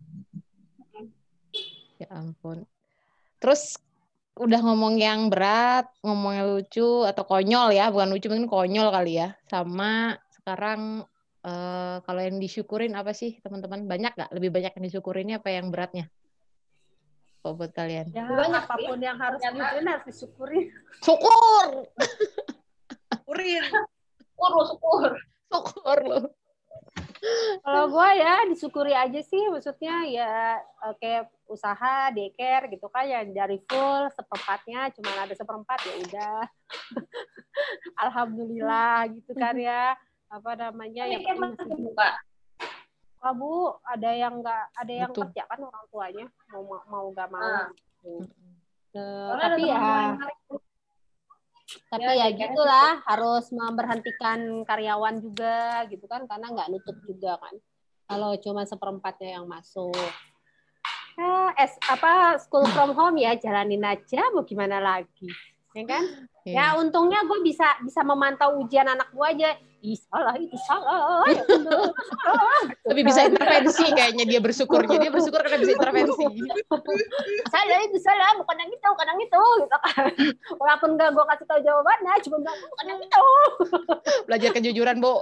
Ya ampun. Terus udah ngomong yang berat, ngomong yang lucu atau konyol ya, bukan lucu mungkin konyol kali ya. Sama sekarang kalau yang disyukurin apa sih teman-teman? Banyak nggak? Lebih banyak yang disyukurinnya apa yang beratnya? Oh, buat kalian? Ya, banyak apapun yang harus disyukurin harus disyukuri. Syukur! Syukur loh. Kalau gue ya disyukuri aja sih, maksudnya ya kayak usaha daycare gitu kan ya, dari full seperempatnya cuma ada seperempat ya udah. Alhamdulillah gitu kan ya. Apa namanya yang masih buka. Bu, ada yang kerja kan orang tuanya mau nggak mau. Tapi ya gitulah, harus memberhentikan karyawan juga gitu kan, karena nggak nutup juga kan kalau cuma seperempatnya yang masuk. School from home ya, jalanin aja, mau gimana lagi ya kan. Ya untungnya gue bisa memantau ujian anak gue aja. Salah. Tapi bisa intervensi kayaknya, dia bersyukur karena bisa intervensi. Salah, bukan yang itu gitu kan. Walaupun nggak gue kasih tahu jawabannya, cuma bilang bukan yang itu. Belajar kejujuran, Bu.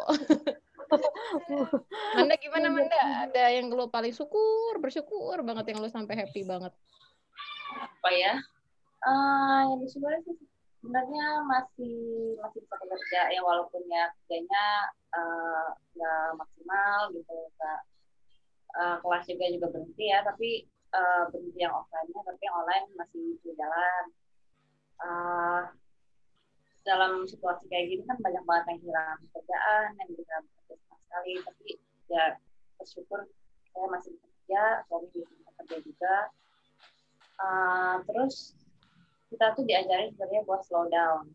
Manda gimana, Manda? Ada yang lo paling bersyukur banget, yang lo sampai happy banget? Apa ya? Yang disyukurin sih sebenarnya masih bisa bekerja ya, walaupun ya kerjanya nggak maksimal gitu, kelas juga berhenti ya, tapi berhenti yang offline-nya, tapi yang online masih berjalan. Dalam situasi kayak gini kan banyak banget yang hilang pekerjaan, yang bisa bekerja sama sekali, tapi ya bersyukur saya masih bekerja, suami bisa bekerja juga. Terus kita tuh diajarin sebenarnya buat slow down.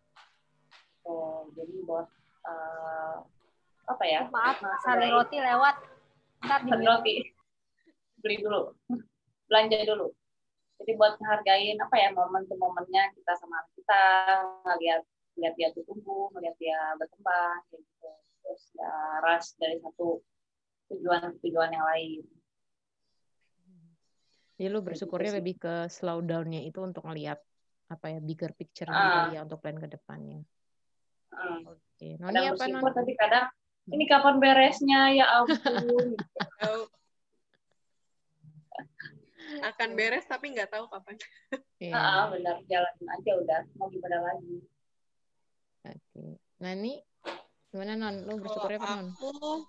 Jadi buat apa ya? Maaf, sari roti lewat. Sari roti. Beli dulu. Belanja dulu. Jadi buat menghargain apa ya, momennya kita sama anak kita, ngeliat dia tumbuh, ngeliat dia berkembang gitu. Terus ya rush dari satu tujuan yang lain. Jadi lu bersyukurnya lebih ke slow down-nya itu untuk ngelihat bigger picture gitu ya untuk plan ke depannya. Oke. Noni Kadang apa, bersyukur, Non? tapi kadang ini kapan beresnya, ya ampun. Akan beres tapi nggak tahu kapan. Benar, jalanin aja udah, mau gimana lagi. Oke. Nani, gimana, Non? Lu bersyukurnya apa, Non? Aku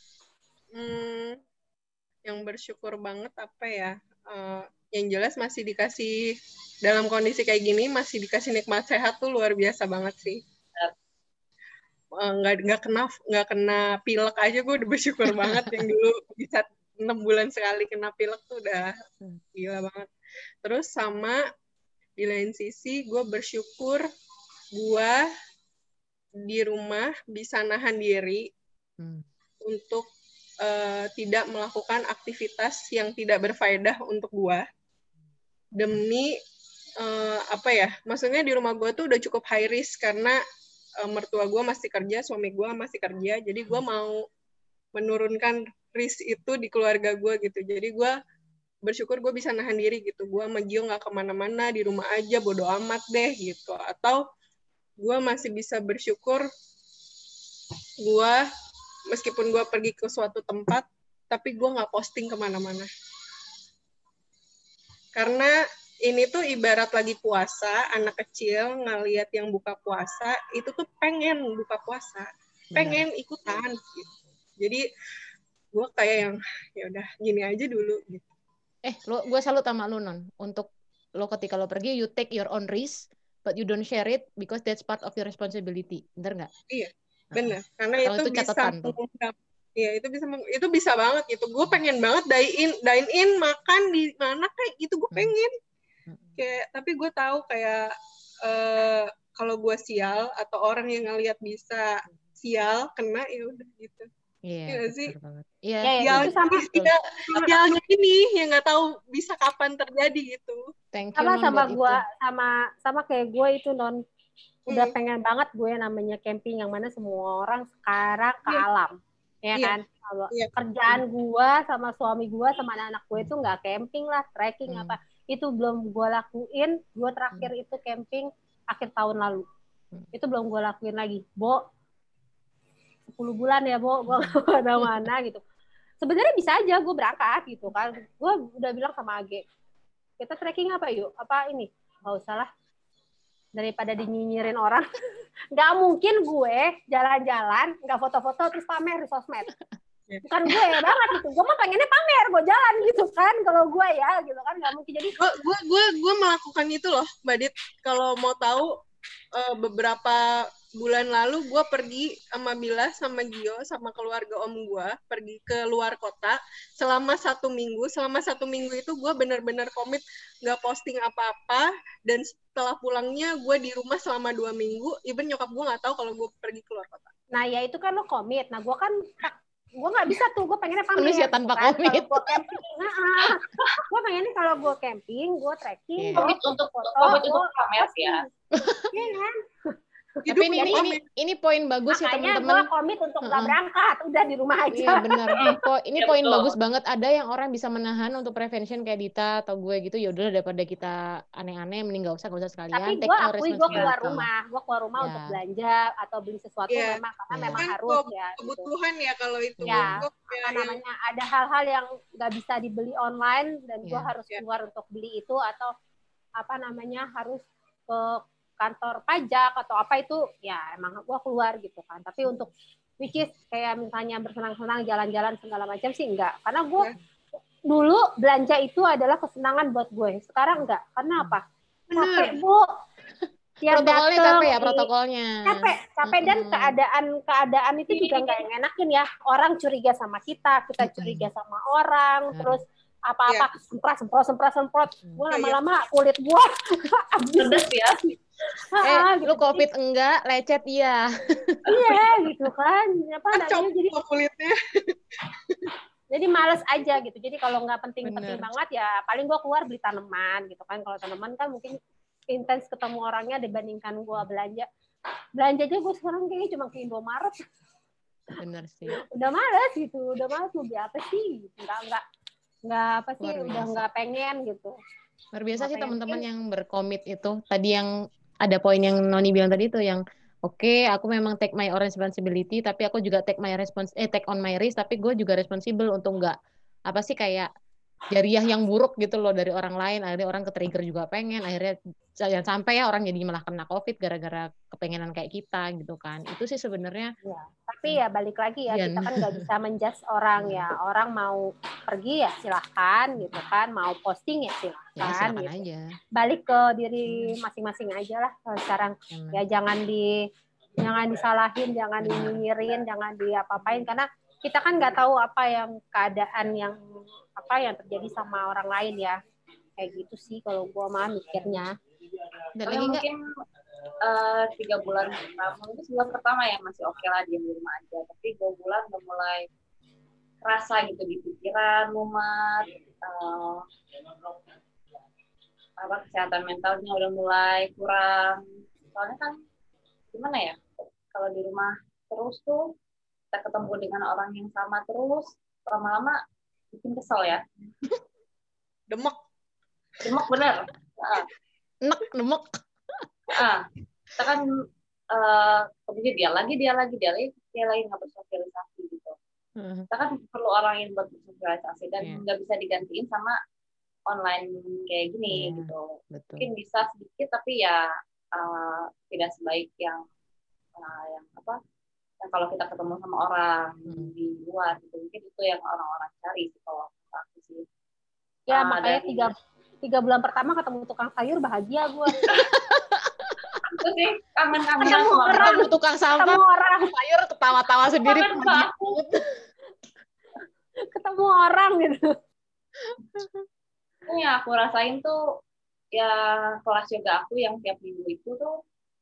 yang bersyukur banget apa ya? Yang jelas masih dikasih dalam kondisi kayak gini, masih dikasih nikmat sehat tuh luar biasa banget sih. Nggak kena pilek aja gue udah bersyukur banget. Yang dulu bisa 6 bulan sekali kena pilek tuh udah gila banget. Terus sama di lain sisi gue bersyukur gue di rumah bisa nahan diri untuk tidak melakukan aktivitas yang tidak berfaedah untuk gue demi maksudnya di rumah gue tuh udah cukup high risk karena mertua gue masih kerja, suami gue masih kerja, jadi gue mau menurunkan risk itu di keluarga gue gitu. Jadi gue bersyukur gue bisa nahan diri gitu, gue sama Gio nggak kemana-mana, di rumah aja bodo amat deh gitu. Atau gue masih bisa bersyukur gue meskipun gue pergi ke suatu tempat tapi gue nggak posting kemana-mana karena ini tuh ibarat lagi puasa, anak kecil ngelihat yang buka puasa itu tuh pengen buka puasa, pengen ikutan gitu. Jadi gue kayak yang ya udah gini aja dulu gitu. Gue salut sama lu, Non, untuk lo ketika lo pergi you take your own risk but you don't share it because that's part of your responsibility. Bener nggak? Iya, bener. Karena itu bisa mengungkap. Iya, itu bisa banget gitu. Gue pengen banget dine in makan di mana kayak gitu, gue pengen. Kayak tapi gue tahu kayak kalau gue sial atau orang yang ngelihat bisa sial kena ya udah gitu. Iya sih. Iya, itu sama sialnya ini yang nggak tahu bisa kapan terjadi gitu. Sama kayak gue itu, Non. Udah pengen banget gue namanya camping yang mana semua orang sekarang ke alam. Ya kan? Kerjaan gue sama suami gue sama anak-anak gue itu nggak camping lah, trekking apa. Itu belum gue lakuin. Gue terakhir itu camping akhir tahun lalu. Itu belum gue lakuin lagi. 10 bulan ya, gue gak kemana-mana gitu. Sebenarnya bisa aja gue berangkat gitu kan. Gue udah bilang sama Age, kita trekking apa yuk? Apa ini? Gak usah lah. Daripada dinyinyirin orang. Gak mungkin gue jalan-jalan, gak foto-foto terus pamer di sosmed. Bukan gue banget gitu. Gue mah pengennya pamer, gue jalan gitu kan. Kalau gue ya gitu kan gak mungkin. Jadi gue melakukan itu loh, Mbak Dit. Kalau mau tahu beberapa bulan lalu gue pergi sama Bila sama Gio sama keluarga om gue pergi ke luar kota selama 1 minggu. Selama 1 minggu itu gue benar-benar komit nggak posting apa-apa, dan setelah pulangnya gue di rumah selama 2 minggu. Even nyokap gue nggak tahu kalau gue pergi keluar kota. Nah ya itu kan lo komit. Nah gue kan gue nggak bisa tuh, gue pengennya pamer manusia tanpa komit. Kalau gue camping, gue pengennya kalau gue camping, gue trekking, komit untuk pamer ya. Iya kan? Tapi ini poin bagus ya teman-teman. Makanya gue komit untuk nggak berangkat, udah di rumah aja. Iya benar. Ini poin bagus banget. Ada yang orang bisa menahan untuk prevention kayak Dita atau gue gitu. Ya udah daripada kita aneh-aneh, mending nggak usah sekalian. Tapi gue akui gue keluar rumah untuk belanja atau beli sesuatu memang karena memang harus ya. Kebutuhan ya kalau itu. Ya, namanya ada hal-hal yang nggak bisa dibeli online dan gue harus keluar untuk beli itu atau harus ke kantor pajak atau apa itu ya emang gue keluar gitu kan. Tapi untuk which is kayak misalnya bersenang-senang jalan-jalan segala macam sih enggak, karena gue dulu belanja itu adalah kesenangan buat gue, sekarang enggak. Karena apa? Capek Bu. Protokolnya capek ya, protokolnya capek dan keadaan itu juga nggak enakin ya. Orang curiga sama kita curiga sama orang, terus apa-apa semprot. Gue lama-lama kulit gue pedes ya. Lu COVID enggak, lecet iya. Iya gitu kan. Jadi kulitnya. Jadi males aja gitu. Jadi kalau nggak penting-penting banget ya paling gue keluar beli tanaman gitu kan. Kalau tanaman kan mungkin intens ketemu orangnya dibandingkan gue belanja. Belanjanya gue sekarang kayaknya cuma ke Indomaret. Bener sih. Udah males gitu, udah males mau beli apa sih? Nggak apa sih, Luar udah biasa. nggak pengen gitu. Luar biasa sih Nggak pengen. teman-teman yang berkomit itu. Tadi yang ada poin yang Noni bilang tadi itu yang oke, aku memang take my own responsibility, tapi aku juga take on my risk, tapi gue juga responsible untuk nggak apa sih kayak jariah yang buruk gitu loh dari orang lain. Akhirnya orang ke-trigger juga pengen. Akhirnya jangan sampai ya orang jadi malah kena COVID gara-gara kepengenan kayak kita gitu kan. Itu sih sebenarnya. Ya, tapi ya balik lagi ya, kita kan nggak bisa menjudge orang ya. Orang mau pergi ya silahkan gitu kan, mau posting ya silahkan. Silakan gitu. aja. Balik ke diri masing-masing aja lah sekarang. Ya jangan disalahin, jangan dinyinyirin, jangan diapa-apain karena kita kan nggak tahu apa yang keadaan yang terjadi sama orang lain ya. Kayak gitu sih kalau gue mah mikirnya. Dan Tapi lagi mungkin 3 bulan pertama, mungkin sebulan pertama ya masih oke lah di rumah aja. Tapi 2 bulan udah mulai kerasa gitu di pikiran, mumet, kesehatan mentalnya udah mulai kurang. Soalnya kan gimana ya, kalau di rumah terus tuh kita ketemu dengan orang yang sama terus, lama-lama bikin kesel ya. Demek bener. demek. Kita kan kemudian dia lagi nggak bersosialisasi gitu. Kita kan perlu orang yang buat bersosialisasi dan nggak bisa digantiin sama online kayak gini gitu. Betul. Mungkin bisa sedikit tapi ya tidak sebaik yang kalau kita ketemu sama orang di luar gitu. Mungkin itu yang orang-orang cari sih kalau aku sih. Ya makanya 3 bulan pertama ketemu tukang sayur bahagia gue. Itu sih kangen Ketemu orang, ketemu tukang sampah, ketemu orang sayur ketawa-tawa sendiri. Ketemu orang gitu. Yang aku rasain tuh ya kelas yoga aku yang tiap minggu itu tuh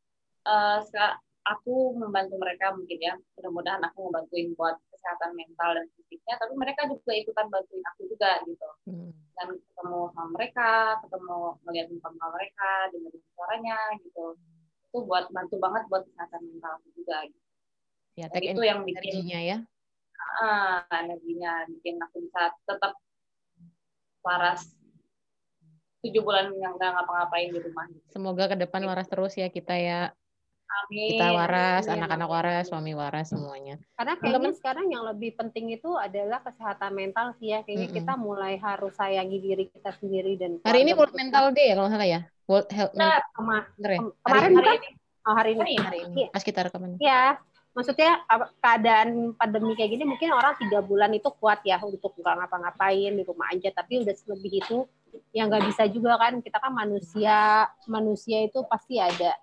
aku membantu mereka mungkin ya, mudah-mudahan aku ngebantuin buat kesehatan mental dan fisiknya, tapi mereka juga ikutan bantuin aku juga gitu. Dan ketemu sama mereka, ngeliat muka mereka, dengerin suaranya gitu. Itu buat bantu banget buat kesehatan mental aku juga gitu. Ya, itu yang bikin energinya ya. Energinya bikin aku bisa tetap waras 7 bulan yang nggak ngapa-ngapain di rumah. Semoga ke depan waras terus ya kita ya. Amin. Kita waras, anak-anak waras, suami waras, semuanya. Karena kayaknya sekarang yang lebih penting itu adalah kesehatan mental sih ya. Kayaknya kita mulai harus sayangi diri kita sendiri dan hari ini World Mental Day ya kalau salah ya. World Health Mental. Kemarin bukan? Hari ini. Pas kita rekaman. Iya. Maksudnya keadaan pandemi kayak gini mungkin orang 3 bulan itu kuat ya untuk nggak ngapa-ngapain di rumah aja, tapi udah lebih itu ya nggak bisa juga kan, kita kan manusia itu pasti ada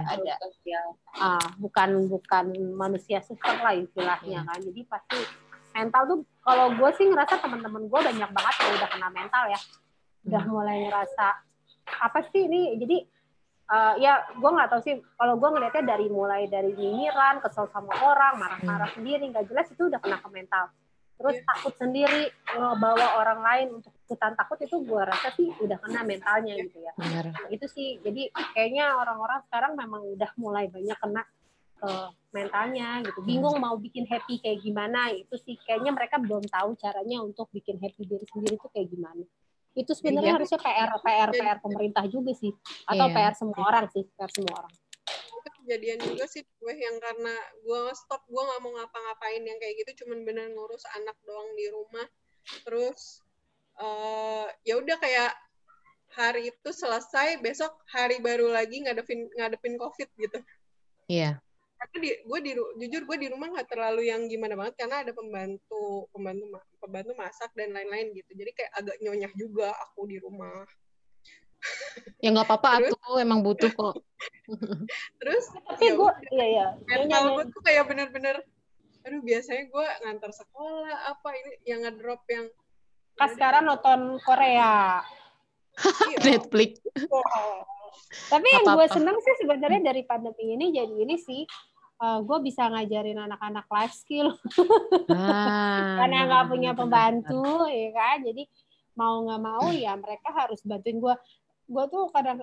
bukan manusia super lah istilahnya kan, jadi pasti mental tuh kalau gue sih ngerasa teman-teman gue banyak banget yang udah kena mental ya, udah mulai ngerasa apa sih ini, jadi ya gue nggak tahu sih, kalau gue ngelihatnya mulai dari nyinyiran, kesel sama orang, marah-marah sendiri, nggak jelas itu udah kena ke mental. Terus takut sendiri ngebawa orang lain untuk ikutan takut, itu gue rasa sih udah kena mentalnya gitu ya. Nah, itu sih, jadi kayaknya orang-orang sekarang memang udah mulai banyak kena mentalnya gitu. Bingung mau bikin happy kayak gimana, itu sih kayaknya mereka belum tahu caranya untuk bikin happy diri sendiri itu kayak gimana. Itu sebenarnya harusnya PR pemerintah juga sih, atau PR semua orang sih, PR semua orang. Itu kejadian juga sih gue yang karena gue stop, gue nggak mau ngapa-ngapain yang kayak gitu, cuman bener ngurus anak doang di rumah. Terus ya udah kayak hari itu selesai, besok hari baru lagi ngadepin COVID gitu. Iya. Karena jujur gue di rumah nggak terlalu yang gimana banget karena ada pembantu masak dan lain-lain gitu. Jadi kayak agak nyonyah juga aku di rumah. Ya nggak apa-apa, aku emang butuh kok. Terus tapi gue mental gue tuh kayak bener-bener, aduh biasanya gue ngantar sekolah apa ini yang ngedrop yang pas sekarang nonton Korea. Netflix. Tapi yang gue seneng sih sebenarnya dari pandemi ini jadi ini sih, gue bisa ngajarin anak-anak life skill. Karena nggak punya pembantu, ya kan. Jadi mau nggak mau ya mereka harus bantuin gue. Gue tuh kadang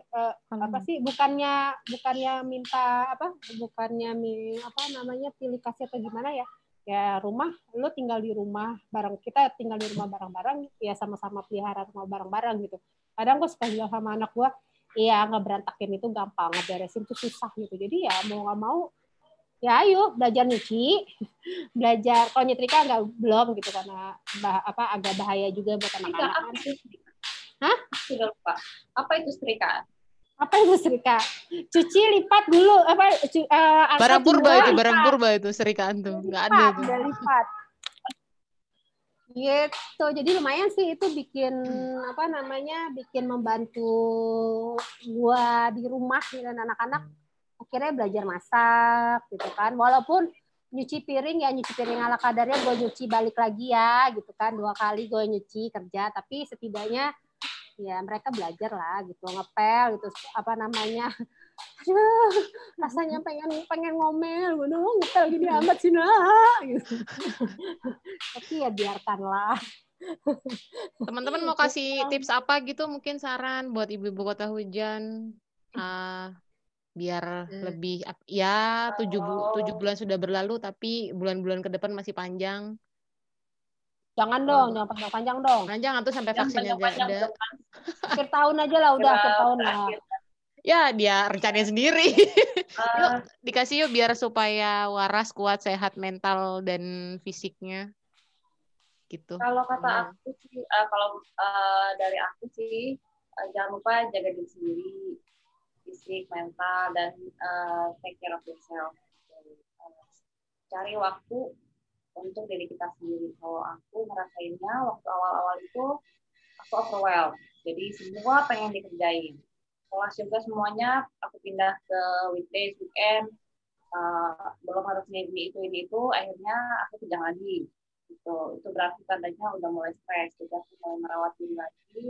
bukannya minta pilih kasih atau gimana ya. Ya rumah, lu tinggal di rumah bareng, kita tinggal di rumah bareng-bareng, ya sama-sama pelihara rumah bareng-bareng gitu. Kadang gue suka bilang sama anak gue, iya ngeberantakin itu gampang, ngeberesin itu susah gitu. Jadi ya mau nggak mau, ya ayo belajar nyuci, belajar kalau nyetrika nggak belum gitu karena agak bahaya juga buat anak-anak. Apa itu? Hah? Sudah lupa. Apa itu setrika? Apa itu setrika? Cuci lipat dulu Barang purba itu, lipat. barang purba itu serikaan tuh. Nggak ada tuh. Udah lipat. Gitu. Jadi lumayan sih itu bikin bikin membantu gua di rumah dan anak-anak akhirnya belajar masak gitu kan. Walaupun nyuci piring ala kadarnya, gue nyuci balik lagi ya gitu kan, 2 kali gue nyuci kerja, tapi setidaknya ya mereka belajar lah gitu, ngepel gitu aduh rasanya pengen ngomel gue dong, ngepel gini amat sih gitu. Tapi ya biarkanlah. Teman-teman mau kasih tips apa gitu, mungkin saran buat ibu-ibu kota hujan biar lebih ya 7 bulan sudah berlalu tapi bulan-bulan ke depan masih panjang. Jangan dong, jangan panjang-panjang dong. Panjang atau sampai vaksinnya ada. Akhir tahun aja lah, udah akhir tahun lah. Ya dia rencananya sendiri. Yuk dikasih yuk biar supaya waras, kuat, sehat mental dan fisiknya. Gitu. Kalau kata aku sih, dari aku sih jangan lupa jaga diri sendiri, fisik, mental, dan take care of yourself. Cari waktu untuk diri kita sendiri. Kalau aku ngerasainnya waktu awal-awal itu aku overwhelmed. Jadi semua pengen dikerjain. Kelas juga semuanya aku pindah ke weekdays, weekend. Belum harus ini itu. Akhirnya aku kejang lagi. Gitu. Itu berarti tandanya udah mulai stres. Jadi aku mulai merawat diri lagi.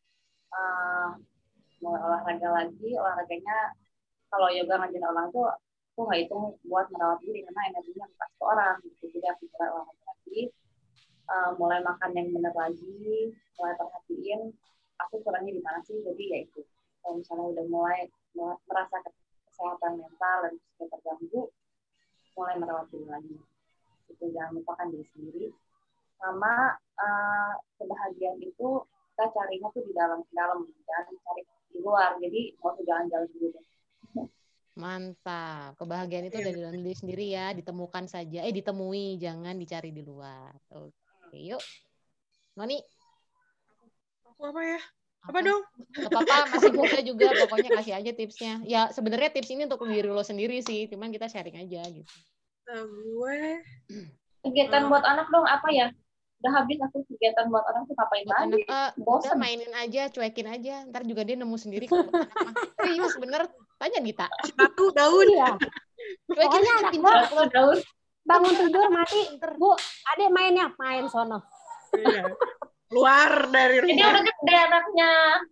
Mulai olahraga lagi. Olahraganya kalau yoga ngajarin orang tuh aku nggak hitung buat merawat diri karena energinya bukan ke orang gitu. Jadi aku mulai olahraga lagi, mulai makan yang benar lagi, mulai perhatiin aku kurangnya di mana sih. Jadi ya itu, kalau misalnya udah mulai merasa kesehatan mental dan fisik terganggu, mulai merawat diri lagi. Itu jangan lupakan diri sendiri. Sama kebahagiaan itu kita carinya tuh di dalam, jangan cari di luar. Jadi mau jalan-jalan dulu deh. Mantap. Kebahagiaan itu ada di dalam diri sendiri ya. Ditemukan saja. Ditemui. Jangan dicari di luar. Oke, yuk. Noni. Aku apa ya? Apa dong? Gak apa-apa. Masih muda juga. Pokoknya kasih aja tipsnya. Ya sebenarnya tips ini untuk diri lo sendiri sih. Cuman kita sharing aja gitu. Gue. Kegiatan buat anak dong apa ya? Udah habis aku kegiatan buat orang tuh ngapain lagi? Udah mainin aja, cuekin aja. Ntar juga dia nemu sendiri. Serius bener. Tanya Dita. Sepatu daun. Iya. Pokoknya anak gua daun. Bangun tidur mati. Bu, adek mainnya. Main sono. Iya. Keluar dari rumah. Ini udah gede anaknya.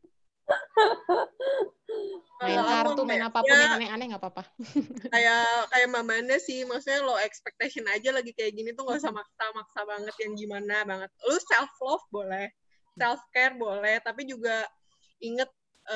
Main kartu, main apapun yang aneh-aneh nggak apa-apa. Kayak mamanya sih, maksudnya lo expectation aja lagi kayak gini tuh nggak usah maksa banget yang gimana banget. Lo self love boleh, self care boleh, tapi juga inget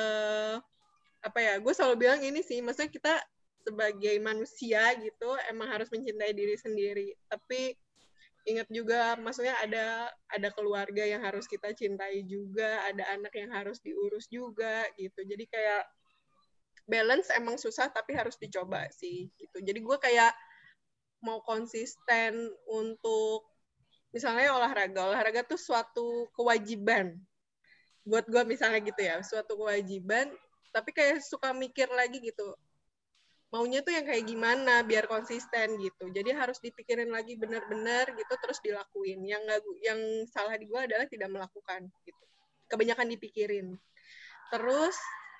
gue selalu bilang ini sih, maksudnya kita sebagai manusia gitu emang harus mencintai diri sendiri, tapi ingat juga maksudnya ada keluarga yang harus kita cintai juga, ada anak yang harus diurus juga gitu. Jadi kayak balance emang susah tapi harus dicoba sih gitu. Jadi gue kayak mau konsisten untuk misalnya olahraga tuh suatu kewajiban buat gue misalnya gitu ya, suatu kewajiban, tapi kayak suka mikir lagi gitu, maunya tuh yang kayak gimana biar konsisten gitu. Jadi harus dipikirin lagi benar-benar gitu, terus dilakuin. Yang salah di gue adalah tidak melakukan gitu. Kebanyakan dipikirin. Terus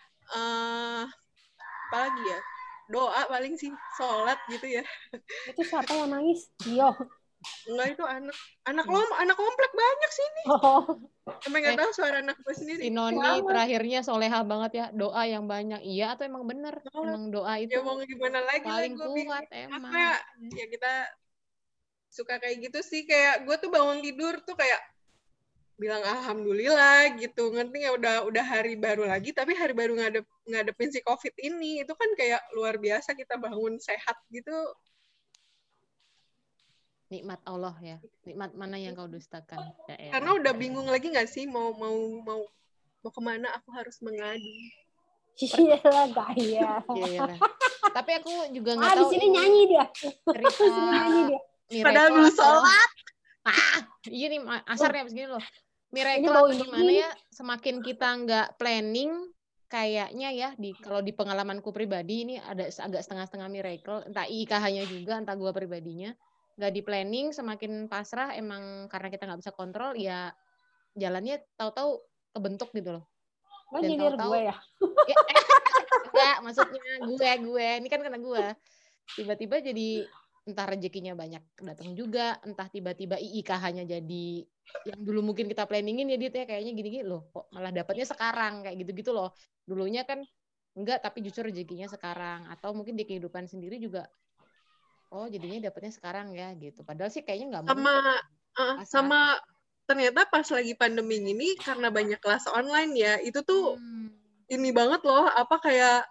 apa lagi ya? Doa paling sih, sholat gitu ya. Itu siapa yang nangis? Dio. Enggak, itu anak komplek banyak sini. Sampai nggak tahu suara anak gue sendiri. Si Noni terakhirnya soleha banget ya, doa yang banyak. Iya atau emang bener? Emang doa itu ya mau gimana lagi paling lah, kuat emang. Ya kita suka kayak gitu sih, kayak gue tuh bangun tidur tuh kayak bilang alhamdulillah gitu, ngerti ya, udah hari baru lagi, tapi hari baru ngadepin si COVID ini, itu kan kayak luar biasa, kita bangun sehat gitu. Nikmat Allah ya. Nikmat mana yang kau dustakan? Ya, Karena udah bingung lagi nggak sih mau kemana aku harus mengadu. Iyalah gaya. Iya. Tapi aku juga nggak Di tahu sini ini nyanyi dia. cerita Di sini nyanyi dia. Padahal miracle belum atau sholat. iya nih asar nih abis gini loh. Ini Miracle bau atau Indomie gimana nih. ya, semakin kita nggak planning kayaknya ya kalau di pengalamanku pribadi ini ada agak setengah-setengah miracle, entah IKH-nya juga entah gua pribadinya nggak di planning, semakin pasrah emang karena kita nggak bisa kontrol ya jalannya tahu-tahu kebentuk gitu loh. Lo Dan nyindir tahu-tahu gue ya? ya, enggak maksudnya gue ini kan kena gue tiba-tiba jadi entah rezekinya banyak datang juga, entah tiba-tiba IIKH-nya jadi yang dulu mungkin kita planningin ya Dit ya kayaknya gini-gini loh kok malah dapatnya sekarang kayak gitu-gitu loh. Dulunya kan enggak tapi justru rezekinya sekarang, atau mungkin di kehidupan sendiri juga oh jadinya dapatnya sekarang ya gitu. Padahal sih kayaknya nggak mungkin. Sama ternyata pas lagi pandemi ini karena banyak kelas online ya, itu tuh ini banget loh, apa kayak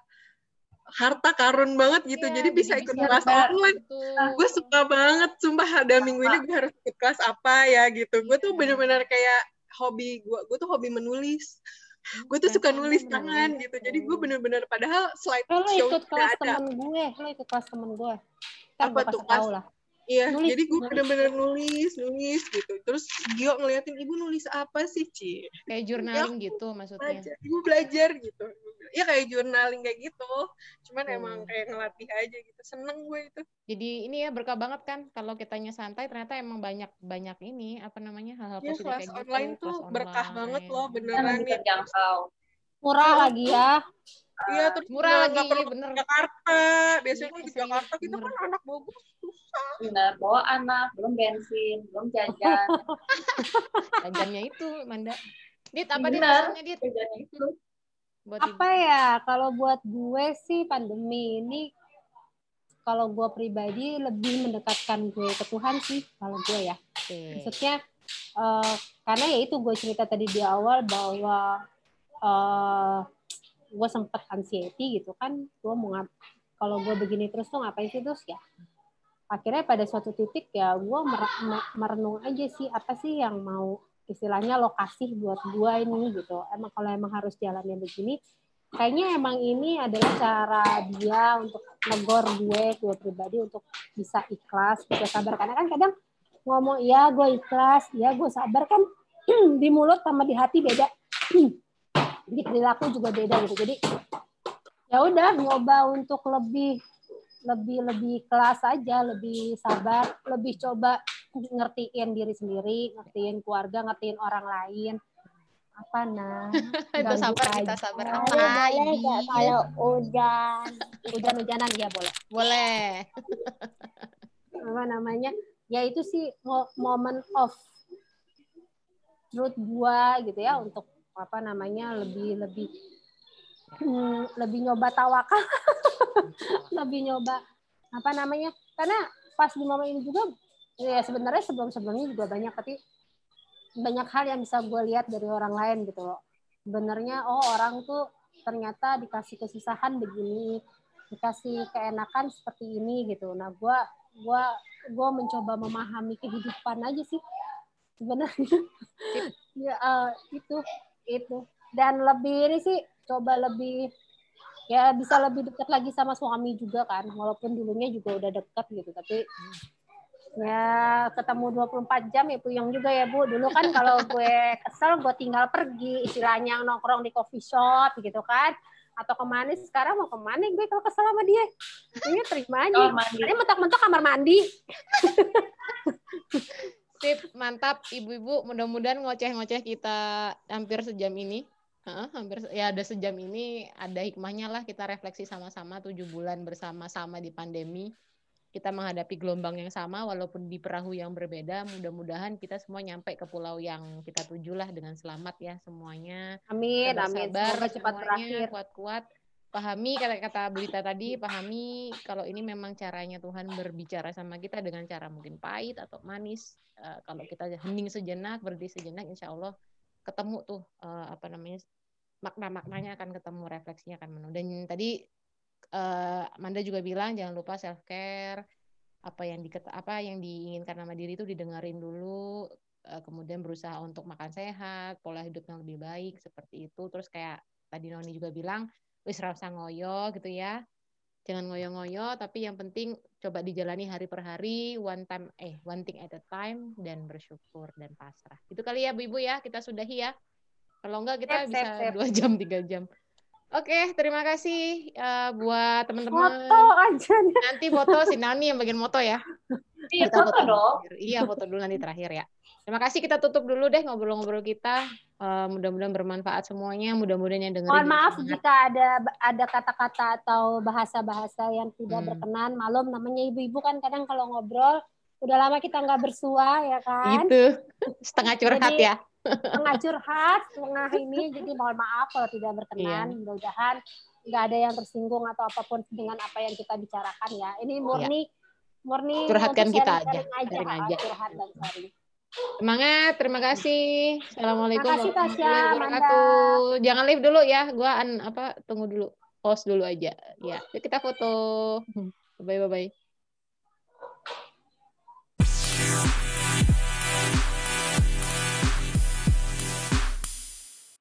harta karun banget gitu. Iya, jadi bisa ikut kelas online. Gitu. Gue suka banget, sumpah ada minggu ini gue harus ikut kelas apa ya gitu. Gue tuh bener-bener kayak hobi gue tuh hobi menulis. Gue tuh suka nulis tangan gitu. Jadi gue bener-bener padahal slide Lo show ikut kelas ada. temen gue. Lo ikut kelas temen gue. Ntar Apa gue tuh kasih tahu lah. Iya, Nulis, jadi gue nulis. bener-bener nulis gitu. Terus Gio ngeliatin, ibu nulis apa sih, Ci? Kayak journaling gitu maksudnya. Ibu belajar gitu. Ya kayak journaling kayak gitu. Cuman emang kayak ngelatih aja gitu. Seneng gue itu. Jadi ini ya berkah banget kan kalau kitanya santai ternyata emang banyak ini apa namanya hal-hal Ya, positif kelas kayak online gitu. tuh Kelas berkah online. banget loh, Kan beneran lebih nih. terjangkau. Murah lagi ya. Iya, terus Murah lagi, nggak perlu bener. ke Jakarta. Biasanya Iya, ke serius, Jakarta kita bener. kan anak Bogor susah. Benar, bawa anak, belum bensin, belum jajan. Jajannya itu, Manda. Dit, apa Dit Benar, pesannya Dit? jajannya itu. Buat Apa ya? Kalau buat gue sih pandemi ini, kalau gue pribadi lebih mendekatkan gue ke Tuhan sih. Kalau gue ya. Maksudnya, karena ya itu gue cerita tadi di awal bahwa gue sempet anxiety gitu kan. Gue mau kalau gue begini terus tuh ngapain sih terus ya. Akhirnya pada suatu titik ya gue merenung aja sih apa sih yang mau istilahnya lokasi buat gue ini gitu. Emang kalau emang harus jalannya begini, kayaknya emang ini adalah cara dia untuk negor gue pribadi untuk bisa ikhlas, bisa sabar. Karena kan kadang ngomong ya gue ikhlas, ya gue sabar kan di mulut sama di hati beda, di perilaku juga beda gitu. Jadi ya udah nyoba untuk lebih kelas aja, lebih sabar, lebih coba ngertiin diri sendiri, ngertiin keluarga, ngertiin orang lain. Apa nah? Kita sabar, kita sabar. Apa? Boleh nggak kalau hujan-hujanan ya boleh. Boleh. Apa namanya? Ya itu sih moment of truth gua gitu ya untuk apa namanya lebih nyoba tawakal, lebih nyoba apa namanya? Karena pas di momen ini juga ya sebenarnya sebelumnya juga banyak, tapi banyak hal yang bisa gue lihat dari orang lain gitu loh. Sebenarnya orang tuh ternyata dikasih kesusahan begini, dikasih keenakan seperti ini gitu. Nah gue mencoba memahami kehidupan aja sih sebenarnya. Ya itu dan lebih ini sih coba lebih ya bisa lebih dekat lagi sama suami juga kan, walaupun dulunya juga udah dekat gitu, tapi ya ketemu 24 jam ya puyeng juga ya Bu. Dulu kan kalau gue kesel gue tinggal pergi, istilahnya nongkrong di coffee shop gitu kan, atau kemana. Sekarang mau kemana gue kalau kesel sama dia, ini terima aja. Ini mentok-mentok kamar mandi. Sip, mantap ibu-ibu. Mudah-mudahan ngoceh-ngoceh kita hampir sejam ini. Hampir ya ada sejam ini ada hikmahnya lah, kita refleksi sama-sama 7 bulan bersama-sama di pandemi. Kita menghadapi gelombang yang sama walaupun di perahu yang berbeda. Mudah-mudahan kita semua nyampe ke pulau yang kita tujulah dengan selamat ya semuanya. Amin, amin. Semoga cepat semuanya, berakhir. Kuat-kuat. Pahami kata-kata Bulita tadi, pahami kalau ini memang caranya Tuhan berbicara sama kita dengan cara mungkin pahit atau manis. Kalau kita hening sejenak, berhenti sejenak, insya Allah ketemu tuh makna-maknanya akan ketemu, refleksinya akan penuh. Dan tadi Amanda juga bilang jangan lupa self care, apa yang diinginkan sama diri itu didengarin dulu, kemudian berusaha untuk makan sehat, pola hidup yang lebih baik seperti itu. Terus kayak tadi Noni juga bilang, wis rasa ngoyo gitu ya. Jangan ngoyo-ngoyo, tapi yang penting coba dijalani hari per hari, one thing at a time, dan bersyukur dan pasrah. Itu kali ya Bu Ibu ya, kita sudahi ya. Kalau enggak kita bisa 2 jam, 3 jam. Oke, terima kasih buat teman-teman. Foto aja. Nanti foto si Nani yang bagian moto ya. Iya, Kita foto dong. Iya, foto dulu nanti terakhir ya. Terima kasih, kita tutup dulu deh ngobrol-ngobrol kita. Mudah-mudahan bermanfaat semuanya. Mudah-mudahan yang dengerin. Mohon maaf jika ada kata-kata atau bahasa-bahasa yang tidak berkenan. Malum namanya ibu-ibu kan kadang kalau ngobrol udah lama kita nggak bersua ya kan. Gitu. Setengah curhat jadi, ya. Setengah curhat, setengah ini. Jadi mohon maaf kalau tidak berkenan. Iya. Mudah-mudahan nggak ada yang tersinggung atau apapun dengan apa yang kita bicarakan ya. Ini murni curhatkan kita aja. Curhat dan sharing. Semangat, terima kasih. Assalamualaikum warahmatullahi wabarakatuh. Jangan leave dulu ya, gua tunggu dulu, pause dulu aja. Ya, yuk kita foto. Bye bye.